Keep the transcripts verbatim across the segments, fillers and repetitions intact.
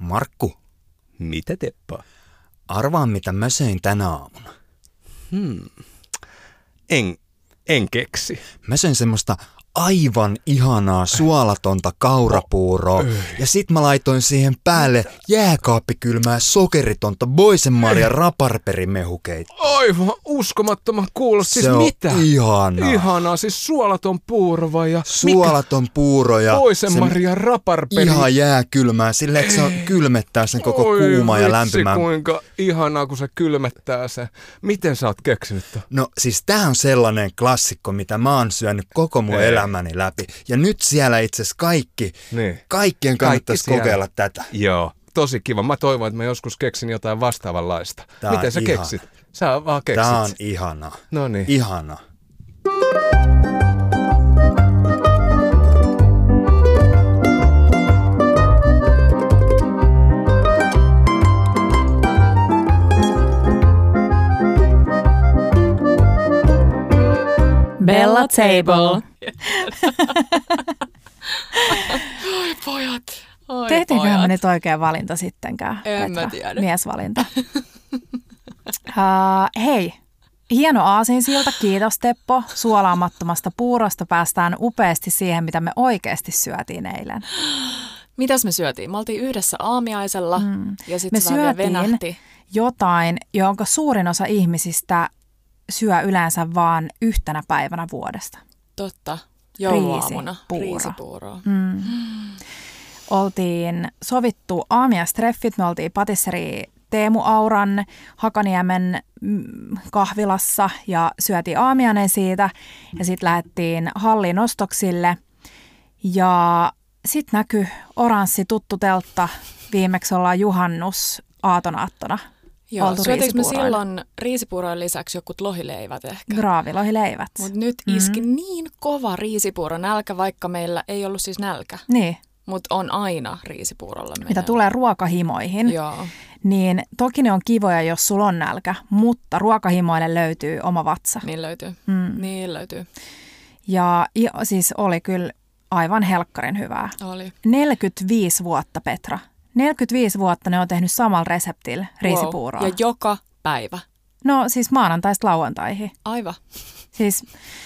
Markku. Mitä Teppo? Arvaa, mitä mä söin tänä aamuna. Hmm. En, en keksi. Mä söin semmoista aivan ihanaa suolatonta kaurapuuroa. Ja sit mä laitoin siihen päälle jääkaappikylmää sokeritonta boisenmarja raparperimehukeita. Aivan uskomattoman kuulosta. Siis Se on mitä? ihanaa. Ihanaa, siis suolaton puuro ja... Suolaton puuro ja... Boisenmarja raparperi. Ihan jääkylmää, silleen, että se on, kylmettää sen koko Oi, kuuma ja vitsi, lämpimää. Kuinka ihanaa, kun se kylmettää se. Miten sä oot keksinyt ton? No siis tää on sellainen klassikko, mitä mä oon syönyt koko mun Ei. elämäni läpi. Ja nyt siellä itse asiassa kaikki, Niin. kaikkien kannattaisi Kaikki kokeilla tätä. Joo, tosi kiva. Mä toivon, että mä joskus keksin jotain vastaavanlaista. Tää on Miten sä ihana. keksit? Sä vaan keksit. Tää on ihanaa. No niin. Ihanaa. Bella Table. Oi pojat. Oi Tehtiinköhän pojat. me nyt oikea valinta sittenkään? En Petra? mä tiedä. Miesvalinta. uh, hei, hieno aasinsilta, kiitos Teppo. Suolaamattomasta puurosta päästään upeasti siihen, mitä me oikeasti syötiin eilen. Mitäs me syötiin? Me oltiin yhdessä aamiaisella mm. ja Me sitten se vähän vielä syötiin venähti. jotain, jonka suurin osa ihmisistä syö yleensä vaan yhtenä päivänä vuodesta. Totta. Jouluaamuna. Riisipuuro. Riisipuuroa. Mm. Mm. Oltiin sovittu aamiaistreffit, me oltiin patisseri Teemu Auran Hakaniemen mm, kahvilassa ja syötiin aamiainen siitä ja sitten lähdettiin hallin ostoksille ja sitten näkyi oranssi tuttu teltta, viimeksi ollaan juhannus aatonaattona. Joo, oltu syötiinkö me riisipuuroilla. silloin riisipuurojen lisäksi jokut lohileivät ehkä? Graavilohileivät. Mutta nyt Mhm. iski niin kova riisipuuro nälkä, vaikka meillä ei ollut siis nälkä. Niin, Mutta on aina riisipuurolla menee. mitä tulee ruokahimoihin, Joo. niin toki ne on kivoja, jos sulla on nälkä, mutta ruokahimoille löytyy oma vatsa. Niin löytyy. Mm. Niin löytyy. Ja jo, siis oli kyllä aivan helkkarin hyvää. Oli. neljäkymmentäviisi vuotta, Petra. neljäkymmentäviisi vuotta ne on tehnyt samalla reseptillä riisipuuroa. Wow. Ja joka päivä. No siis maanantaista lauantaihin. Aivan. Siis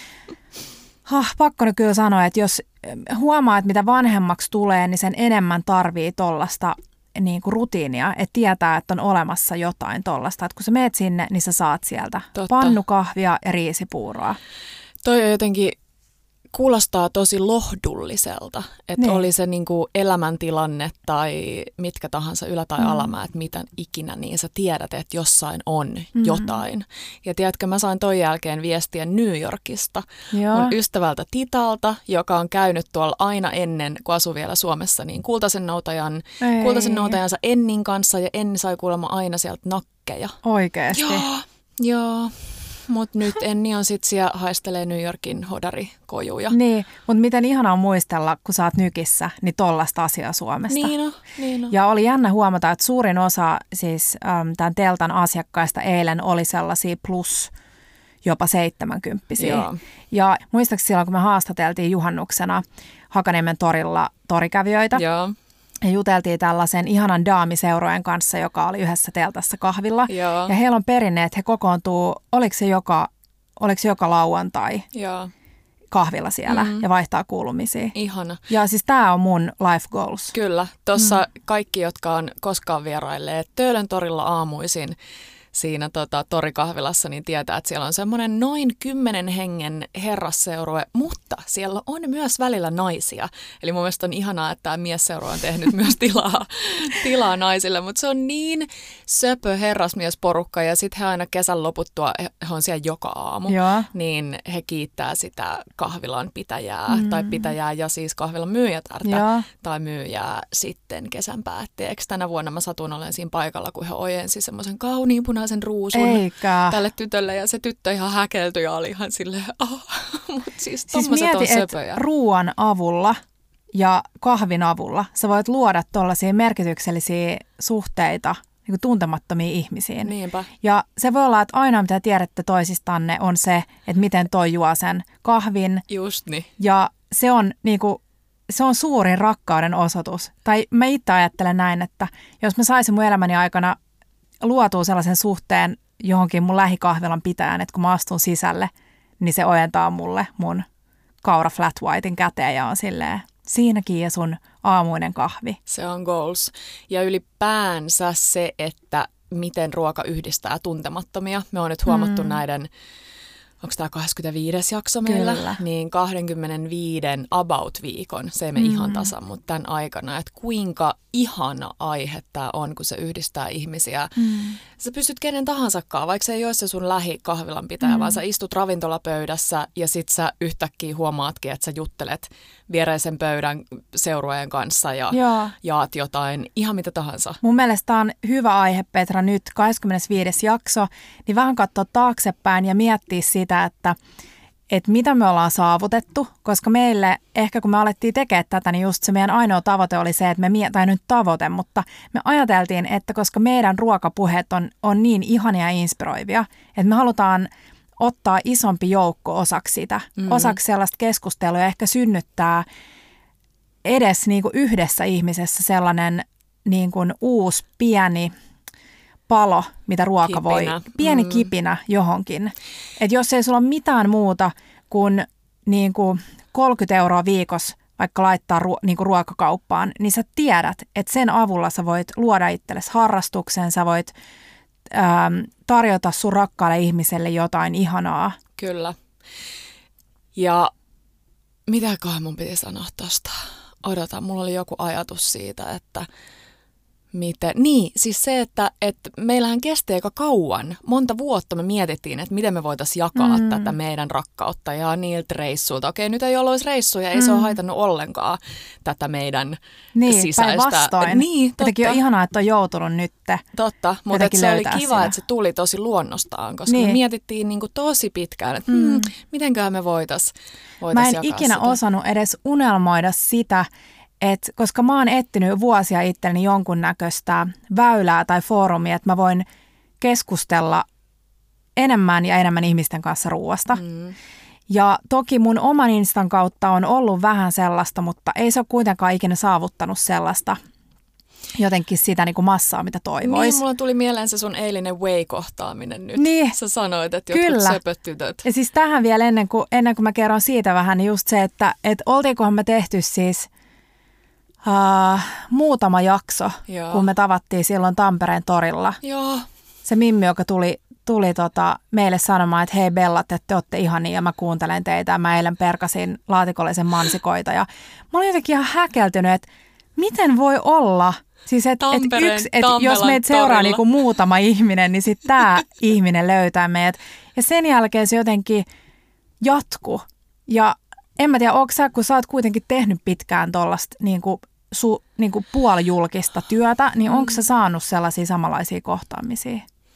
hah, pakko nyt kyllä sanoa, että jos huomaa, että mitä vanhemmaksi tulee, niin sen enemmän tarvii tollasta niin kuin rutiinia, että tietää, että on olemassa jotain tollasta. Että kun sä meet sinne, niin sä saat sieltä Totta. pannukahvia ja riisipuuroa. Toi on jotenkin, kuulostaa tosi lohdulliselta, että Niin. oli se niinku elämäntilanne tai mitkä tahansa ylä- tai alamäät, mitä ikinä, niin sä tiedät, että jossain on Mm-hmm. jotain. Ja tiedätkö, mä sain ton jälkeen viestiä New Yorkista Joo. mun ystävältä Titalta, joka on käynyt tuolla aina ennen, kun asui vielä Suomessa, niin kultaisen noutajan, Ei. kultaisen noutajansa Ennin kanssa, ja Enni sai kuulemma aina sieltä nakkeja. Oikeesti. Joo, joo. Mutta nyt Enni on sit siellä haistelee New Yorkin hodarikojuja. Niin, mutta miten ihanaa on muistella, kun sä oot nykissä, niin tollasta asiaa Suomesta. Niin on, niin on. Ja oli jännä huomata, että suurin osa siis äm, tämän teltan asiakkaista eilen oli sellaisia plus jopa seitsemänkymppisiä. Joo. Ja muistaakseni silloin, kun me haastateltiin juhannuksena Hakaniemen torilla torikävijöitä, Joo, ja juteltiin tällaisen ihanan daamiseurojen kanssa, joka oli yhdessä teltassa kahvilla. joo, Ja heillä on perinne, että he kokoontuu, oliko se joka, oliko se joka lauantai joo. kahvilla siellä Mhm. ja vaihtaa kuulumisia. Ihana. Ja siis tämä on mun life goals. Kyllä. Tuossa mm. kaikki, jotka on koskaan vierailleet Töölön torilla aamuisin siinä tota, torikahvilassa, niin tietää, että siellä on semmoinen noin kymmenen hengen herrasseurue, mutta siellä on myös välillä naisia. Eli mun mielestä on ihanaa, että tämä miesseurue on tehnyt myös tilaa, tilaa naisille, mutta se on niin söpö herrasmiesporukka ja sitten he aina kesän loputtua, he he on siellä joka aamu, Joo. niin he kiittää sitä kahvilan pitäjää Mm. tai pitäjää ja siis kahvilan myyjätärtä Joo. tai myyjää sitten kesän päätteeksi. Tänä vuonna mä satun olen siinä paikalla, kun he ojensi semmoisen kauniin punaisen ruusun Eikä. tälle tytölle ja se tyttö ihan häkeltyi ja oli ihan silleen, oh. Mutta siis Siis tommoset on mieti, että söpöjä. ruoan avulla ja kahvin avulla sä voit luoda tuollaisia merkityksellisiä suhteita niin kuin tuntemattomiin ihmisiin. Niinpä. Ja se voi olla, että ainoa mitä tiedätte toisistanne on se, että miten toi juo sen kahvin. Just niin. Ja se on niin kuin se on suurin rakkauden osoitus. Tai mä itse ajattelen näin, että jos mä saisin mun elämäni aikana luotua sellaisen suhteen johonkin mun lähikahvilan pitäjään, että kun mä astun sisälle, niin se ojentaa mulle mun kaura flat whitein käteen ja on silleen, siinäkin ja sun aamuinen kahvi. Se on goals. Ja ylipäänsä se, että miten ruoka yhdistää tuntemattomia. Me on nyt huomattu mm. näiden, onko tämä kaksikymmentäviides jakso meillä? Kyllä. Niin kaksikymmentäviisi about-viikon, se ei mene mm. ihan tasan, mutta tämän aikana, että kuinka ihana aihe tämä on, kun se yhdistää ihmisiä. Mm. Sä pystyt kenen tahansakaan, vaikka se ei ole se sun lähikahvilan pitäjä, mm. vaan sä istut ravintolapöydässä ja sit sä yhtäkkiä huomaatkin, että sä juttelet viereisen pöydän seurueen kanssa ja Joo. jaat jotain, ihan mitä tahansa. Mun mielestä tämä on hyvä aihe, Petra, nyt kaksikymmentäviides jakso, niin vähän katsoa taaksepäin ja miettiä sitä, että että mitä me ollaan saavutettu, koska meille, ehkä kun me alettiin tekemään tätä, niin just se meidän ainoa tavoite oli se, että me, tai nyt tavoite, mutta me ajateltiin, että koska meidän ruokapuheet on, on niin ihania ja inspiroivia, että me halutaan ottaa isompi joukko osaksi sitä, mm-hmm. osaksi sellaista keskustelua ja ehkä synnyttää edes niin kuin yhdessä ihmisessä sellainen niin kuin uusi pieni palo, mitä ruoka kipinä. voi. Pieni mm. kipinä johonkin. Että jos ei sulla ole mitään muuta kuin, niin kuin kolmekymmentä euroa viikossa vaikka laittaa ruo- niin kuin ruokakauppaan, niin sä tiedät, että sen avulla sä voit luoda itsellesi harrastuksen, sä voit ähm, tarjota sun rakkaalle ihmiselle jotain ihanaa. Kyllä. Ja mitäköhän mun piti sanoa tosta? Odota, mulla oli joku ajatus siitä, että miten? Niin, siis se, että, että meillähän kesti aika kauan. Monta vuotta me mietittiin, että miten me voitaisiin jakaa mm. tätä meidän rakkautta ja niiltä reissuilta. Okei, nyt ei ollut reissuja, ei mm. se ole haitannut ollenkaan tätä meidän niin, sisäistä. Päinvastoin. Niin, totta. Jotenkin on ihanaa, että on joutunut nyt. Totta, mutta se oli kiva, sitä. Että se tuli tosi luonnostaan, koska niin. me mietittiin niin kuin tosi pitkään, että mm. hmm, mitenköhän me voitaisiin voitais Mä en jakaa ikinä sitä. osannut edes unelmoida sitä, et, koska mä oon etsinyt vuosia itselleni jonkunnäköistä väylää tai foorumia, että mä voin keskustella enemmän ja enemmän ihmisten kanssa ruoasta. Mm. Ja toki mun oman Instan kautta on ollut vähän sellaista, mutta ei se ole kuitenkaan ikinä saavuttanut sellaista jotenkin sitä niin kuin massaa, mitä toivoisi. Niin, mulla tuli mieleen se sun eilinen Way-kohtaaminen nyt. Niin. Sä sanoit, että jotkut Kyllä. söpötytöt. Ja siis tähän vielä ennen kuin, ennen kuin mä kerron siitä vähän, niin just se, että et oltiinkohan me tehty siis Uh, muutama jakso, Joo. kun me tavattiin silloin Tampereen torilla. Joo. Se Mimmi, joka tuli, tuli tota meille sanomaan, että hei Bellat, että te olette ihania ja mä kuuntelen teitä. Mä eilen perkasin laatikollisen mansikoita ja mä olin jotenkin ihan häkeltynyt, että miten voi olla, siis että et yksi, et jos meitä seuraa niinku muutama ihminen, niin sitten tämä ihminen löytää meidät. Ja sen jälkeen se jotenkin jatkuu. Ja en mä tiedä, onko sä, kun sä oot kuitenkin tehnyt pitkään tuollaista niinku Su, niin kuin puolijulkista työtä, niin onko sä saanut sellaisia samanlaisia kohtaamisia?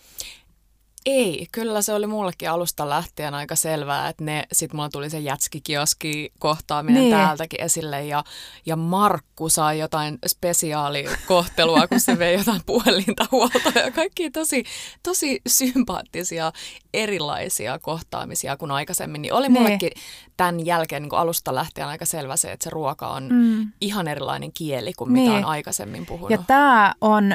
Ei, kyllä se oli mullekin alusta lähtien aika selvää, että ne, sit mulla tuli se jätskikioski kohtaaminen niin. täältäkin esille ja, ja Markku sai jotain spesiaalikohtelua, kun se vei jotain puhelinta huolta ja kaikki tosi, tosi sympaattisia erilaisia kohtaamisia kuin aikaisemmin, niin oli mullekin niin. tämän jälkeen niin kuin alusta lähtien aika selvä se, että se ruoka on mm. ihan erilainen kieli kuin niin. mitä on aikaisemmin puhunut. Ja tämä on...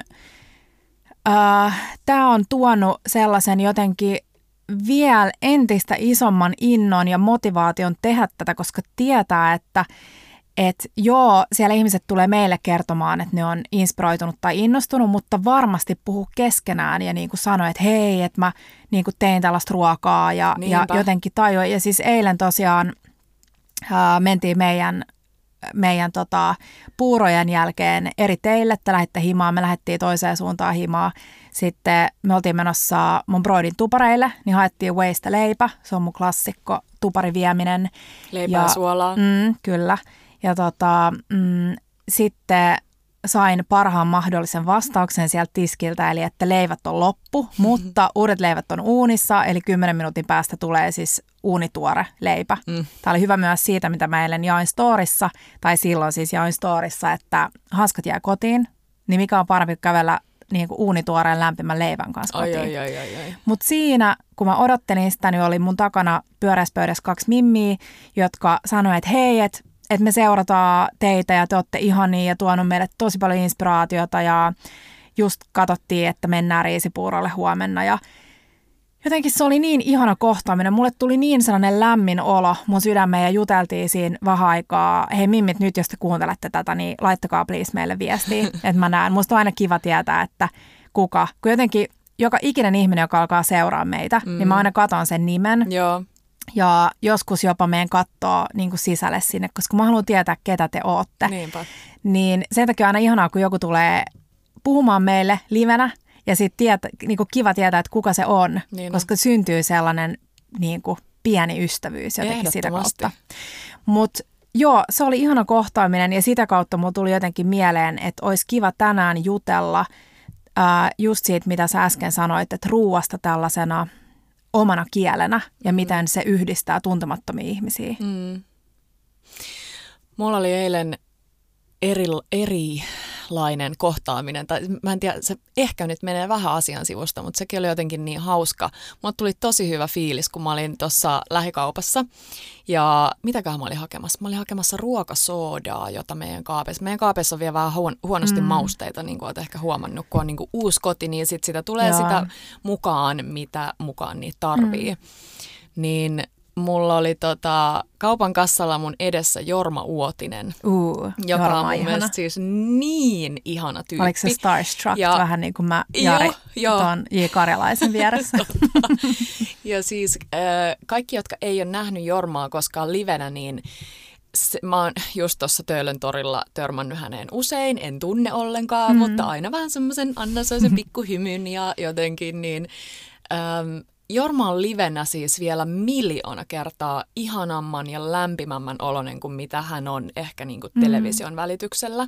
Uh, tämä on tuonut sellaisen jotenkin vielä entistä isomman innon ja motivaation tehdä tätä, koska tietää, että et joo, siellä ihmiset tulee meille kertomaan, että ne on inspiroitunut tai innostunut, mutta varmasti puhuu keskenään ja niin kuin sanoi, että hei, että mä niin kuin tein tällaista ruokaa ja, ja jotenkin tajua. Ja siis eilen tosiaan uh, mentiin meidän... meidän tota, puurojen jälkeen eri teille, että lähditte himaan, me lähdettiin toiseen suuntaan himaa. Sitten me oltiin menossa mun broidin tupareille, niin haettiin Waysta leipä, se on mun klassikko tuparivieminen. Leipää ja suolaa. Mm, kyllä. Ja tota, mm, sitten sain parhaan mahdollisen vastauksen sieltä tiskiltä, eli että leivät on loppu, mutta uudet leivät on uunissa, eli kymmenen minuutin päästä tulee siis uunituore leipä. Mm. Tämä oli hyvä myös siitä, mitä mä eilen jaoin storissa, tai silloin siis jaoin storissa, että hanskat jää kotiin, niin mikä on parempi kävellä niin kuin uunituoreen lämpimän leivän kanssa kotiin. Ai, ai, ai, ai. Mutta siinä, kun mä odottelin sitä, niin oli mun takana pyöräispöydässä kaksi mimmiä, jotka sanoi, että hei, että että me seurataan teitä ja te olette ihania ja tuonut meille tosi paljon inspiraatiota ja just katsottiin, että mennään Riisipuurolle huomenna ja jotenkin se oli niin ihana kohtaaminen. Mulle tuli niin sellainen lämmin olo mun sydämeen ja juteltiin siinä vähän aikaa. Hei mimmit, nyt jos te kuuntelette tätä, niin laittakaa please meille viestiä, että mä näen. Musta on aina kiva tietää, että kuka. Kun jotenkin joka ikinen ihminen, joka alkaa seuraa meitä, mm. niin mä aina katon sen nimen. Joo. Ja joskus jopa meidän kattoo niin kuin sisälle sinne, koska mä haluan tietää, ketä te ootte. Niinpä. Niin sen takia on aina ihanaa, kun joku tulee puhumaan meille livenä. Ja sitten niinku kiva tietää, että kuka se on, niin koska on. Syntyy sellainen niinku pieni ystävyys jotenkin sitä kautta. Mutta joo, se oli ihana kohtaaminen ja sitä kautta mulla tuli jotenkin mieleen, että olisi kiva tänään jutella ää, just siitä, mitä sä äsken sanoit, että ruuasta tällaisena omana kielenä ja mm. miten se yhdistää tuntemattomia ihmisiä. Mm. Mulla oli eilen eri... eri... lainen kohtaaminen, tai mä en tiedä, se ehkä nyt menee vähän asian sivusta, mutta sekin oli jotenkin niin hauska. Mulle tuli tosi hyvä fiilis, kun mä olin tuossa lähikaupassa, ja mitäköhän mä olin hakemassa? Mä olin hakemassa ruokasoodaa, jota meidän kaapeissa, meidän kaapeissa on vielä vähän huon, huonosti mm. mausteita, niin kuin olet ehkä huomannut, kun on niin kuin uusi koti, niin sit sitä tulee Joo. sitä mukaan, mitä mukaan niitä tarvii. Mm. Niin mulla oli tota, kaupan kassalla mun edessä Jorma Uotinen, uh, joka Jorma on mun ihana. mielestä siis niin ihana tyyppi. Oliko se starstruck ja, vähän niin kuin mä Jari jo, jo. tuon J. Karjalaisen vieressä? Ja siis äh, kaikki, jotka ei ole nähnyt Jormaa koskaan livenä, niin se, mä oon just tuossa Töölön torilla törmännyt häneen usein, en tunne ollenkaan, mm. mutta aina vähän semmoisen anna sellaisen pikkuhymyn ja jotenkin niin... Ähm, Jorma on livenä siis vielä miljoona kertaa ihanamman ja lämpimämmän oloinen kuin mitä hän on ehkä niin kuin television mm. välityksellä.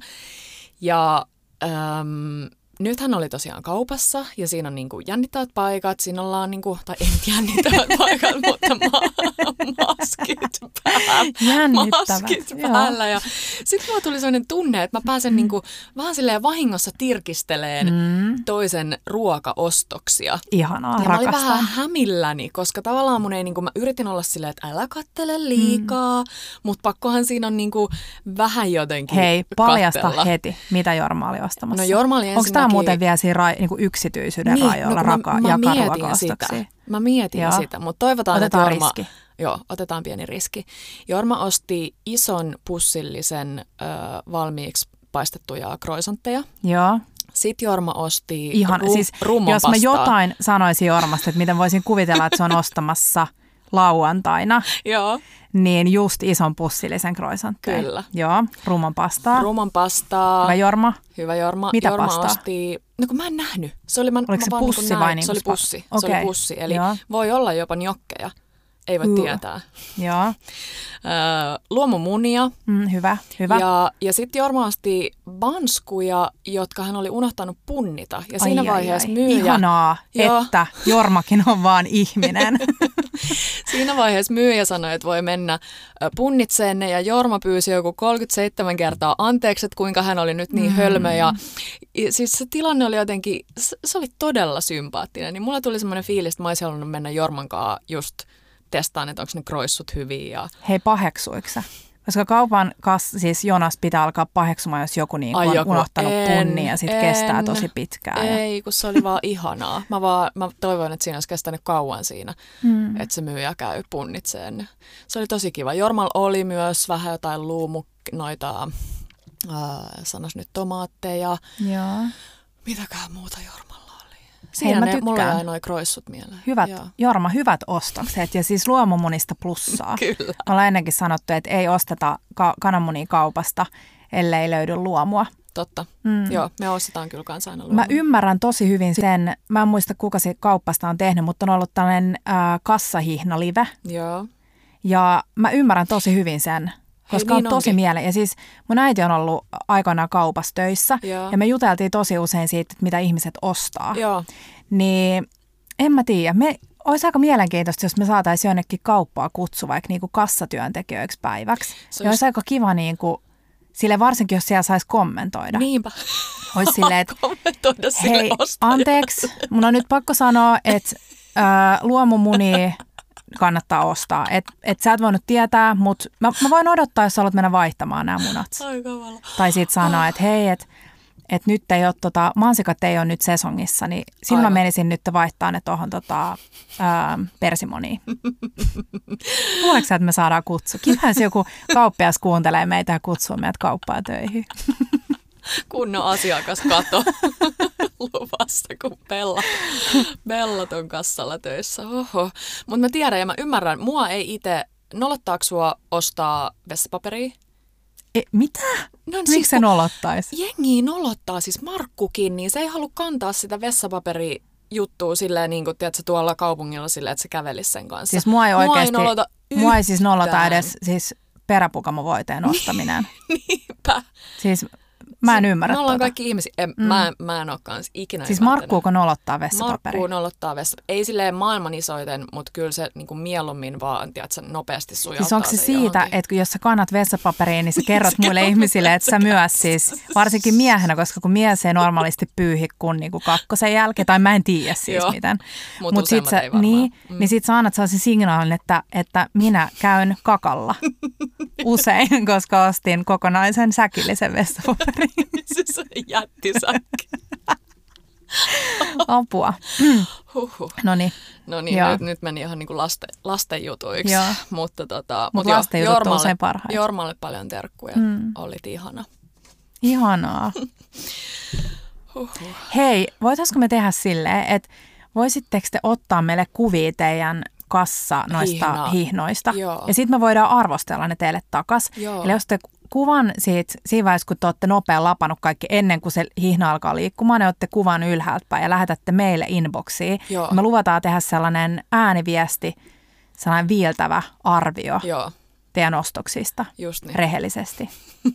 Ja äm, nyt hän oli tosiaan kaupassa ja siinä on niin kuin jännittävät paikat. Siinä ollaan, niin kuin, tai en jännittävät paikat, mutta ma- maskit päällä. Maskit päällä. Ja sitten mulla tuli sellainen tunne, että mä pääsen mm. niin kuin, vähän silleen vahingossa tirkisteleen mm. toisen ruokaostoksia. Ihanaa, ja rakastan. mä olin vähän hämilläni, koska tavallaan mun ei, niin kuin, mä yritin olla silleen, että älä kattele liikaa, mm. mutta pakkohan siinä on niin kuin, vähän jotenkin Hei, paljasta kattella. Heti, mitä Jorma oli ostamassa. No Jorma oli Onko tämä muuten vielä siinä ra- niinku yksityisyyden niin, rajoilla no, raka- mä, jakaa mä ruoka-ostoksia? Mä mietin joo. sitä, mutta toivotaan, otetaan että Jorma... riski. Joo, otetaan pieni riski. Jorma osti ison pussillisen ö, valmiiksi paistettuja croissantteja. Joo. Sitten Jorma osti Ihan, ru- siis, rummonpastaa. jos mä jotain sanoisin Jormasta, että miten voisin kuvitella, että se on ostamassa lauantaina, Joo. niin just ison pussillisen croissantteja. Kyllä. Joo, rummonpastaa. Rummonpastaa. Hyvä Jorma. Hyvä Jorma. Mitä Jorma pastaa? Osti, no kun mä en nähnyt. Se oli, mä, Oliko mä se vaan pussi niin vai niin se oli pussi. Okay. Se oli pussi. Eli Joo. voi olla jopa njokkeja. Ei voi uh. tietää. Joo. Öö, luomumunia. Mm, hyvä, hyvä. Ja, ja sitten Jorma osti banskuja, jotka hän oli unohtanut punnita. Ja ai, siinä ai, vaiheessa ai. myyjä... Ihanaa, joo. että Jormakin on vaan ihminen. Siinä vaiheessa myyjä sanoi, että voi mennä punnitseen ne. Ja Jorma pyysi joku kolmekymmentäseitsemän kertaa anteeksi, että kuinka hän oli nyt niin mm. hölmö. Ja, ja siis se tilanne oli jotenkin... Se, se oli todella sympaattinen. Niin mulla tuli semmoinen fiilis, että mä olisin halunnut mennä Jorman kanssa just... testaan, että onko ne kroissut hyviä. Ja... Hei, paheksuiko sä? Koska kaupan kas, siis jonas pitää alkaa paheksumaan, jos joku niin Ai on joku, unohtanut en, punnin ja sitten kestää tosi pitkään. Ei, kun se oli vaan ihanaa. Mä, vaan, mä toivoin, että siinä olisi kestänyt kauan siinä, mm. että se myyjä käy punnitseen. Se oli tosi kiva. Jormal oli myös vähän jotain luumuk, noita, äh, sanos nyt tomaatteja. Joo. Mitäkään muuta Jormalla oli? Siinä Hei, ne, mulla jäi noi kroissut mieleen. Hyvät, Joo. Jorma, hyvät ostokset ja siis luomumunista plussaa. Kyllä. Me ollaan ennenkin sanottu, että ei osteta ka- kananmunia kaupasta, ellei löydy luomua. Totta. Mm. Joo, me ostetaan kyllä kanssa aina luomua. Mä ymmärrän tosi hyvin sen, mä en muista kuka se kauppasta on tehnyt, mutta on ollut tällainen äh, kassahihnalive. Joo. Ja mä ymmärrän tosi hyvin sen. Koska niin on tosi mieleen. Ja siis mun äiti on ollut aikoinaan kaupassa töissä. Joo. Ja me juteltiin tosi usein siitä, että mitä ihmiset ostaa. Joo. Niin en mä tiedä. Me, olisi aika mielenkiintoista, jos me saataisiin jonnekin kauppaa kutsua vaikka niinku kassatyöntekijöiksi päiväksi. Se olisi aika kiva, niinku, sille varsinkin jos siellä saisi kommentoida. Niinpä. Olisi silleen, että kommentoida sille hei, ostajalle. Anteeksi, mun on nyt pakko sanoa, että äh, luomumuni... kannattaa ostaa. Et, et sä et voinut tietää, mutta mä, mä voin odottaa, jos sä haluat mennä vaihtamaan nämä munat. Tai sit sanoa, että hei, että et nyt ei ole, tota, mansikat ei ole nyt sesongissa, niin silloin mä menisin nyt vaihtaa ne tuohon tota, persimoniin. Luuleeko sä, että me saadaan kutsu? Kivahan se joku kauppias kuuntelee meitä ja kutsuu meidät kauppaan töihin. Kunnon asiakaskato luvassa, kun Bella, Bellat on kassalla töissä. Mutta mä tiedän ja mä ymmärrän, mua ei itse, nolottaako sua ostaa vessapaperia? E, mitä? No, Miksi siis, se nolottaisi? Jengi nolottaa, siis Markkukin, niin se ei halua kantaa sitä vessapaperijuttua silleen, niin kuin tiedätkö, tuolla kaupungilla silleen, että se kävelisi sen kanssa. Siis mua ei oikeasti, mua ei, nolota mua ei siis nolota edes siis peräpukamo-voiteen ostaminen. Niinpä. Siis mä en ymmärrä Me ollaan tuota. kaikki ihmisiä. En, mm. mä, mä en ole kans ikinä Siis Markkuuko nolottaa vessapaperia? Markkuu nolottaa vessapaperia. Ei silleen maailman isoiten, mutta kyllä se niin kuin mieluummin vaan, tiedätkö, nopeasti sujauttaa. Siis onko se, se siitä, johonkin. että jos sä kannat vessapaperiin, niin sä kerrot muille ihmisille, että sä myös siis, varsinkin miehenä, koska kun mies ei normaalisti pyyhi kun niinku kakkosen jälkeen, tai mä en tiedä siis Joo. miten. Mut Mut sit sä, niin, mm. niin sit sä annat sellaisen signaalin, että, että minä käyn kakalla usein, koska ostin kokonaisen säkillisen vessapaperin. Se on jättisäkki. Apua. Huhhuh. Noniin. No niin, nyt, nyt meni ihan niin kuin lasten, lasten jutuiksi. Joo. Mutta tota, Mut mut lasten jo, jutut Jormalle, on usein parhaita. Jormalle paljon terkkuja. Mm. Olit ihana. Ihanaa. Huhhuh. Hei, voitaisiko me tehdä silleen, että voisitteko te ottaa meille kuvia teidän kassa noista Hihnaa. hihnoista. Joo. Ja sitten me voidaan arvostella ne teille takas. Joo. Eli jos te kuvan siitä, siinä vaiheessa, kun te olette nopean lapannut kaikki ennen kuin se hihna alkaa liikkumaan, ne olette kuvan ylhäältä päin ja lähetätte meille inboxiin. Joo. Me luvataan tehdä sellainen ääniviesti, sellainen viiltävä arvio Joo. teidän ostoksista. Just niin. Rehellisesti.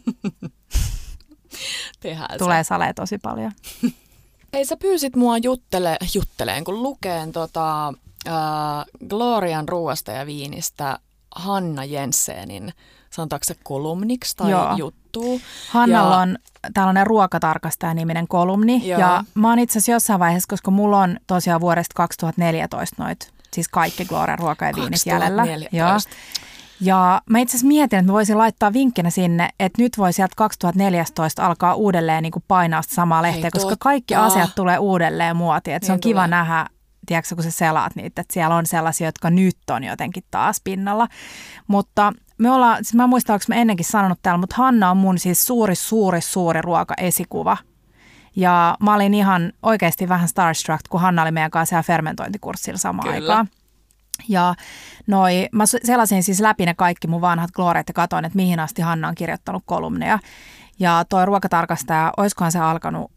Tehdään Tulee se. salee tosi paljon. Ei, sä pyysit mua juttele, jutteleen, kun lukeen tota, äh, Glorian ruuasta ja viinistä Hanna Jensenin, sanotaanko se kolumniksi tai Joo. juttu. Hannalla Ja- on tällainen ruokatarkastaja-niminen kolumni. Joo. Ja mä oon itse asiassa jossain vaiheessa, koska mulla on tosiaan vuodesta kaksituhattaneljätoista noit, siis kaikki Glorian ruoka ja viinit jäljellä. Joo. kaksituhattaneljätoista. Ja mä itse asiassa mietin, että mä voisin laittaa vinkkinä sinne, että nyt voi sieltä kaksituhattaneljätoista alkaa uudelleen niin kuin painaa sitä samaa lehteä, Hei, koska totta. kaikki asiat tulee uudelleen muotiin. Että se Niin on kiva tulee. nähdä, tiedätkö, kun sä selaat niitä, että siellä on sellaisia, jotka nyt on jotenkin taas pinnalla. Mutta me ollaan, siis mä en muista, onko mä ennenkin sanonut täällä, mutta Hanna on mun siis suuri, suuri, suuri ruokaesikuva. Ja mä olin ihan oikeasti vähän starstruck, kun Hanna oli meidän kanssa siellä fermentointikurssilla samaan Kyllä. aikaan. Ja noi, mä selasin siis läpi ne kaikki mun vanhat Gloriat ja katoin, että mihin asti Hanna on kirjoittanut kolumneja. Ja toi ruokatarkastaja, olisikohan se alkanut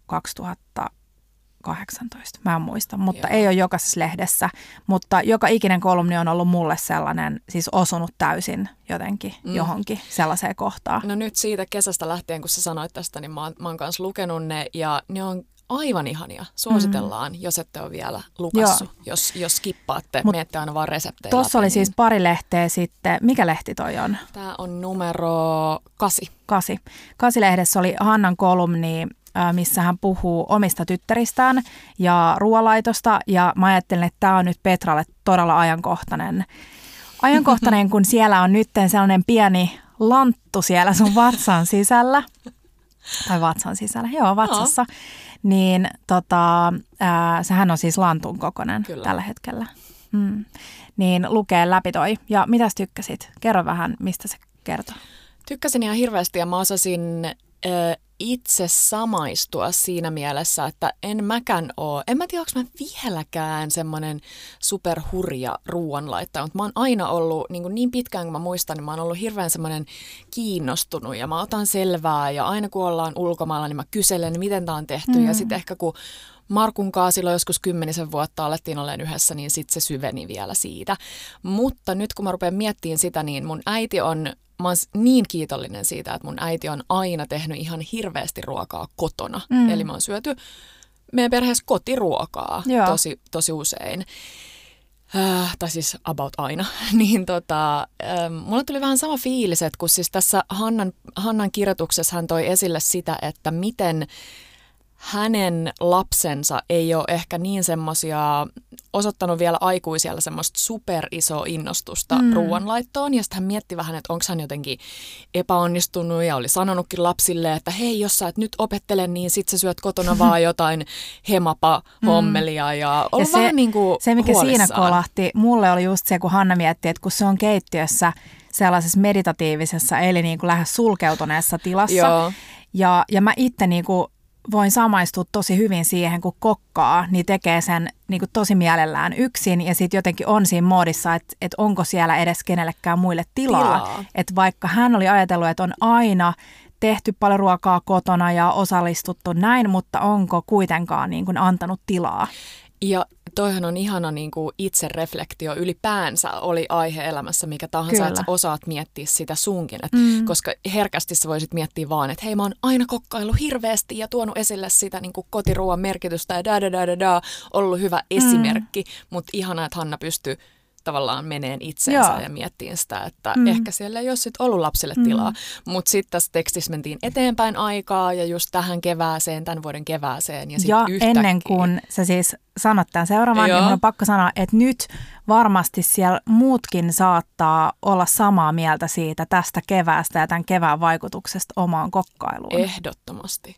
kaksituhattakahdeksantoista, mä en muista, mutta Joo. ei ole jokaisessa lehdessä. Mutta joka ikinen kolumni on ollut mulle sellainen, siis osunut täysin jotenkin mm. johonkin sellaiseen kohtaan. No nyt siitä kesästä lähtien, kun sä sanoit tästä, niin mä oon, mä oon kanssa lukenut ne ja ne on aivan ihania. Suositellaan, mm. jos ette ole vielä lukassut. Joo. Jos, jos skippaatte, Mut miette aina vaan reseptejä Tuossa läpi, oli siis pari lehteä sitten. Mikä lehti toi on? Tämä on numero kasi. Kasi. Kasilehdessä oli Hannan kolumni, äh, missä hän puhuu omista tyttäristään ja ruoanlaitosta. Ja mä ajattelin, että tämä on nyt Petralle todella ajankohtainen. Ajankohtainen, kun siellä on nyt sellainen pieni lanttu siellä sun vatsan sisällä. Tai vatsan sisällä, joo, vatsassa. No. Niin tota, ää, sehän on siis lantun kokoinen Kyllä. tällä hetkellä. Mm. Niin lukee läpi toi. Ja mitäs tykkäsit? Kerro vähän, mistä se kertoo. Tykkäsin ihan hirveästi ja mä osasin ö, itse samaistua siinä mielessä, että en mäkään ole, en mä tiedä, onko mä vieläkään semmoinen superhurja ruoanlaittaja, mutta mä oon aina ollut, niin, kuin niin pitkään kuin mä muistan, niin mä oon ollut hirveän semmoinen kiinnostunut ja mä otan selvää ja aina kun ollaan ulkomailla, niin mä kyselen, miten tää on tehty mm. ja sitten ehkä kun Markun kanssa silloin joskus kymmenisen vuotta alettiin olemaan yhdessä, niin sitten se syveni vielä siitä. Mutta nyt kun mä rupean miettimään sitä, niin mun äiti on, mä oon niin kiitollinen siitä, että mun äiti on aina tehnyt ihan hirveästi ruokaa kotona. Mm. Eli mä oon syöty meidän perheessä kotiruokaa tosi, tosi usein. Äh, tai siis about aina. niin tota, ähm, mulle tuli vähän sama fiilis, että kun siis tässä Hannan, Hannan kirjoituksessa hän toi esille sitä, että miten hänen lapsensa ei ole ehkä niin semmoisia, osoittanut vielä aikuisella semmoista superisoa innostusta mm. ruoanlaittoon. Ja sitten hän mietti vähän, että onko hän jotenkin epäonnistunut ja oli sanonutkin lapsille, että hei, jos sä et nyt opettele, niin sit sä syöt kotona vaan jotain hemapa-hommelia ja ollut ja se, vähän niin kuin se, mikä huolissaan. Siinä kolahti, mulle oli just se, kun Hanna mietti, että kun se on keittiössä sellaisessa meditatiivisessa, eli niin kuin lähes sulkeutuneessa tilassa. Joo. Ja, ja mä itse niin kuin voin samaistua tosi hyvin siihen, kun kokkaa, niin tekee sen niin kuin tosi mielellään yksin ja sitten jotenkin on siinä moodissa, että, että onko siellä edes kenellekään muille tilaa. tilaa. Että vaikka hän oli ajatellut, että on aina tehty paljon ruokaa kotona ja osallistuttu näin, mutta onko kuitenkaan niin kuin antanut tilaa. Ja toihan on ihana niin kuin itsereflektio ylipäänsä oli aihe elämässä, mikä tahansa, Kyllä. että sä osaat miettiä sitä sunkin. Et mm. Koska herkästi sä voisit miettiä vaan, että hei, mä oon aina kokkaillut hirveästi ja tuonut esille sitä niin kuin kotiruoan merkitystä ja da da da da da, ollut hyvä esimerkki. Mm. Mutta ihana, että Hanna pystyy tavallaan meneen itseensä Joo. ja miettiin sitä, että mm. ehkä siellä ei ole sit ollut lapsille tilaa. Mm. Mutta sitten tässä tekstissä mentiin eteenpäin aikaa ja just tähän kevääseen, tämän vuoden kevääseen. Ja, sit ja yhtäkkiä... ennen kuin sä siis sanot tämän seuraavan, niin mun on pakko sanoa, että nyt varmasti siellä muutkin saattaa olla samaa mieltä siitä tästä keväästä ja tämän kevään vaikutuksesta omaan kokkailuun. Ehdottomasti.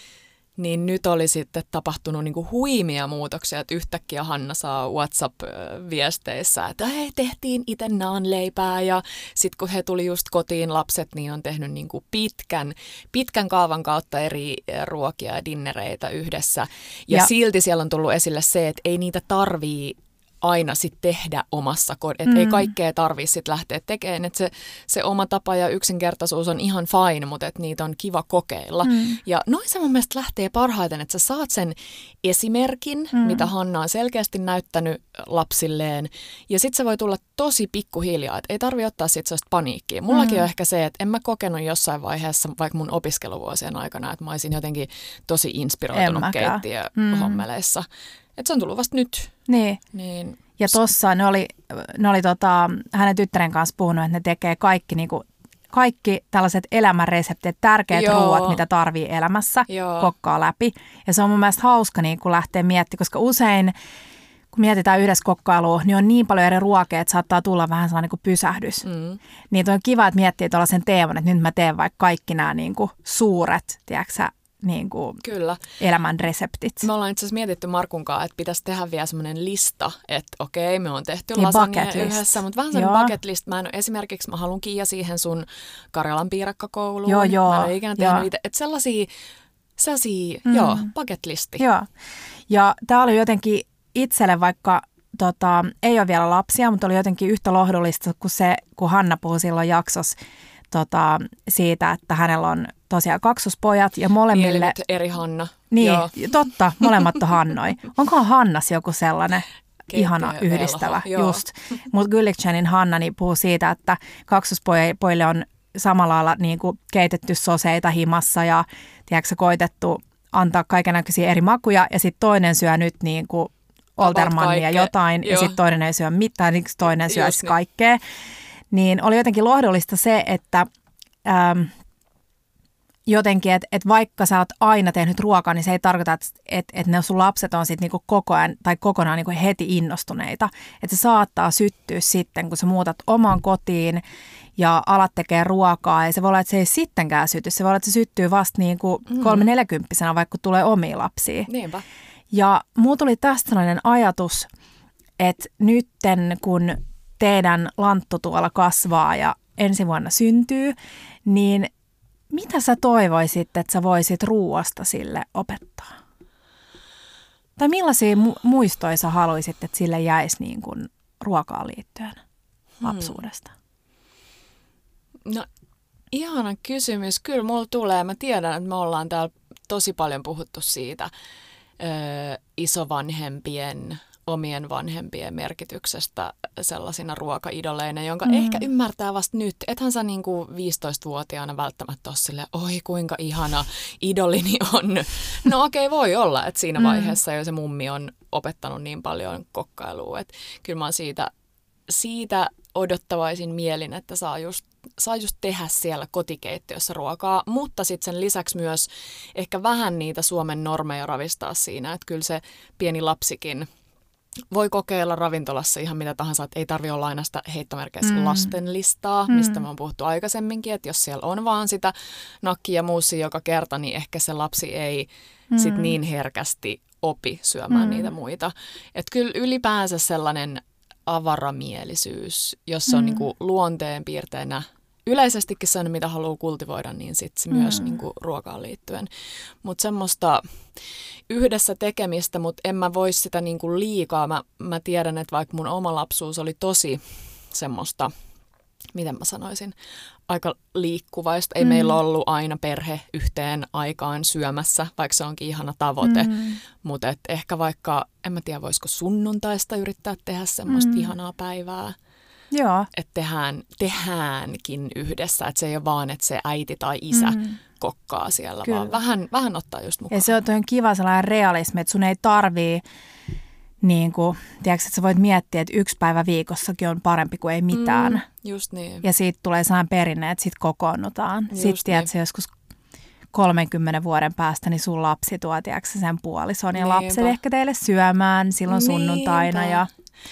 Niin nyt oli sitten tapahtunut niinku huimia muutoksia, että yhtäkkiä Hanna saa WhatsApp-viesteissä, että hei, tehtiin itse naanleipää ja sitten kun he tuli just kotiin lapset, niin on tehnyt niinku pitkän, pitkän kaavan kautta eri ruokia ja dinnereitä yhdessä. Ja, ja silti siellä on tullut esille se, että ei niitä tarvii aina sit tehdä omassa kodissa, että mm. ei kaikkea tarvitse sit lähteä tekemään, että se, se oma tapa ja yksinkertaisuus on ihan fine, mutta että niitä on kiva kokeilla. Mm. Ja noin se mun mielestä lähtee parhaiten, että sä saat sen esimerkin, mm. mitä Hanna on selkeästi näyttänyt lapsilleen, ja sit se voi tulla tosi pikkuhiljaa, että ei tarvitse ottaa sit sellaista paniikkia. Mullakin mm. on ehkä se, että en mä kokenut jossain vaiheessa, vaikka mun opiskeluvuosien aikana, että mä olisin jotenkin tosi inspiroitunut keittiöhommeleissa. Mm. Että se on tullut vasta nyt. Niin. niin. Ja tossa ne oli, ne oli tota, hänen tyttären kanssa puhunut, että ne tekee kaikki, niinku, kaikki tällaiset elämänreseptit, tärkeät Joo. ruuat, mitä tarvii elämässä, Joo. kokkaa läpi. Ja se on mun mielestä hauska niin kun lähteä miettimään, koska usein kun mietitään yhdessä kokkailua, niin on niin paljon eri ruokia, että saattaa tulla vähän sellainen kuin pysähdys. Mm. Niin on kiva, että miettii tuollaisen teeman, että nyt mä teen vaikka kaikki nämä niin kuin suuret, tiedätkö niin kuin Kyllä. elämän reseptit. Me ollaan itse asiassa mietitty Markun kanssa, että pitäisi tehdä vielä semmoinen lista, että okei, me on tehty niin lasagne yhdessä, mutta vähän semmoinen bucket list. Mä en ole, esimerkiksi mä haluan Kiia siihen sun Karjalan piirakkakouluun. Joo, joo. Mä en ole ikinä tehnyt niitä. Että sellaisia, sellaisia mm. joo, bucket listi. Joo. Ja tää oli jotenkin itselle, vaikka tota, ei ole vielä lapsia, mutta oli jotenkin yhtä lohdullista kuin se, kun Hanna puhui silloin jaksossa tota, siitä, että hänellä on tosiaan kaksospojat ja molemmille... Niin, eri Hanna. Niin, Joo. totta, molemmat on Hannoi. Onkohan Hannas joku sellainen ihana yhdistävä? Just. Mutta Gulliksenin Hanna niin puhuu siitä, että kaksospojille on samalla lailla niin kuin keitetty soseita himassa ja tiedätkö, koitettu antaa kaikennäköisiä eri makuja ja sitten toinen syö nyt niin kuin Oltermannia jotain Joo. ja sitten toinen ei syö mitään, niin toinen syö niin. kaikkea. Niin oli jotenkin lohdullista se, että ähm, jotenkin, että et vaikka sä oot aina tehnyt ruokaa, niin se ei tarkoita, että et, et ne sun lapset on sit niinku koko ajan tai kokonaan niinku heti innostuneita. Että se saattaa syttyä sitten, kun sä muutat omaan kotiin ja alat tekee ruokaa. Ja se voi olla, että se ei sittenkään syty. Se voi olla, että se syttyy vasta niinku kolme neljäkymppisenä, vaikka tulee omia lapsia. Niinpä. Ja mulla tuli tästä sellainen ajatus, että nytten kun teidän lanttu tuolla kasvaa ja ensi vuonna syntyy, niin mitä sä toivoisit, että sä voisit ruuasta sille opettaa? Tai millaisia mu- muistoja sä haluaisit, että sille jäisi niin kuin ruokaan liittyen lapsuudesta? Hmm. No ihana kysymys. Kyllä mulla tulee. Mä tiedän, että me ollaan täällä tosi paljon puhuttu siitä ö, isovanhempien omien vanhempien merkityksestä sellaisina ruokaidoleina, jonka mm. ehkä ymmärtää vasta nyt. Ethän sä niin kuin viisitoistavuotiaana välttämättä ole silleen, oi kuinka ihana idolini on. No okei, okay, voi olla, että siinä vaiheessa jo se mummi on opettanut niin paljon kokkailua. Että kyllä mä oon siitä, siitä odottavaisin mielin, että saa just, saa just tehdä siellä kotikeittiössä ruokaa, mutta sitten sen lisäksi myös ehkä vähän niitä Suomen normeja ravistaa siinä, että kyllä se pieni lapsikin voi kokeilla ravintolassa ihan mitä tahansa, että ei tarvitse olla aina sitä heittomerkeissä mm. lastenlistaa, mistä me on puhuttu aikaisemminkin, että jos siellä on vaan sitä nakkia ja muusia joka kerta, niin ehkä se lapsi ei mm. sit niin herkästi opi syömään mm. niitä muita. Että kyllä ylipäänsä sellainen avaramielisyys, jos se on mm. niinku luonteenpiirteenä yleisestikin sellainen, mitä haluaa kultivoida, niin sitten mm. myös niinku ruokaan liittyen. Mutta semmoista yhdessä tekemistä, mutta en mä voi sitä niinku liikaa. Mä, mä tiedän, että vaikka mun oma lapsuus oli tosi semmoista, miten mä sanoisin, aika liikkuvaista. Ei mm. meillä ollut aina perhe yhteen aikaan syömässä, vaikka se onkin ihana tavoite. Mm. Mutta ehkä vaikka, en mä tiedä, voisiko sunnuntaista yrittää tehdä semmoista mm. ihanaa päivää. Joo. Että tehdään, tehdäänkin yhdessä, että se ei ole vaan, että se äiti tai isä mm. kokkaa siellä, Kyllä. vaan vähän, vähän ottaa just mukaan. Ja se on toinen kiva sellainen realismi, että sun ei tarvii, niin kuin, tiedätkö, että sä voit miettiä, että yksi päivä viikossakin on parempi kuin ei mitään. Mm, just niin. Ja siitä tulee sellainen perinne, että sit kokoonnutaan. Just sitten tiedätkö, niin. joskus kolmenkymmenen vuoden päästä, niin sun lapsi tuo, tiedätkö, sen puolison ja lapset ehkä teille syömään silloin Niinpä. sunnuntaina ja...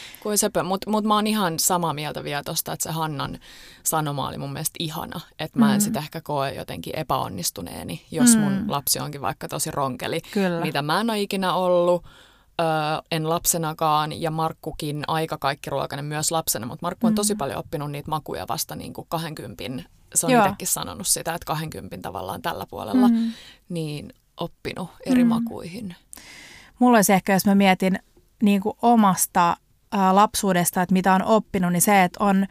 Mutta mut mä oon ihan samaa mieltä vielä tosta, että se Hannan sanoma oli mun mielestä ihana. Että mä en mm. sitä ehkä koe jotenkin epäonnistuneeni, jos mm. mun lapsi onkin vaikka tosi ronkeli. Kyllä. Mitä mä en ole ikinä ollut, öö, en lapsenakaan ja Markkukin aika kaikkiruokainen myös lapsena. Mutta Markku on mm. tosi paljon oppinut niitä makuja vasta niin kuin kahdenkympin. Se on Joo. itsekin sanonut sitä, että kahdenkympin tavallaan tällä puolella mm. niin oppinut eri mm. makuihin. Mulla olisi ehkä, jos mä mietin niin kuin omasta lapsuudesta, että mitä on oppinut, niin se, että on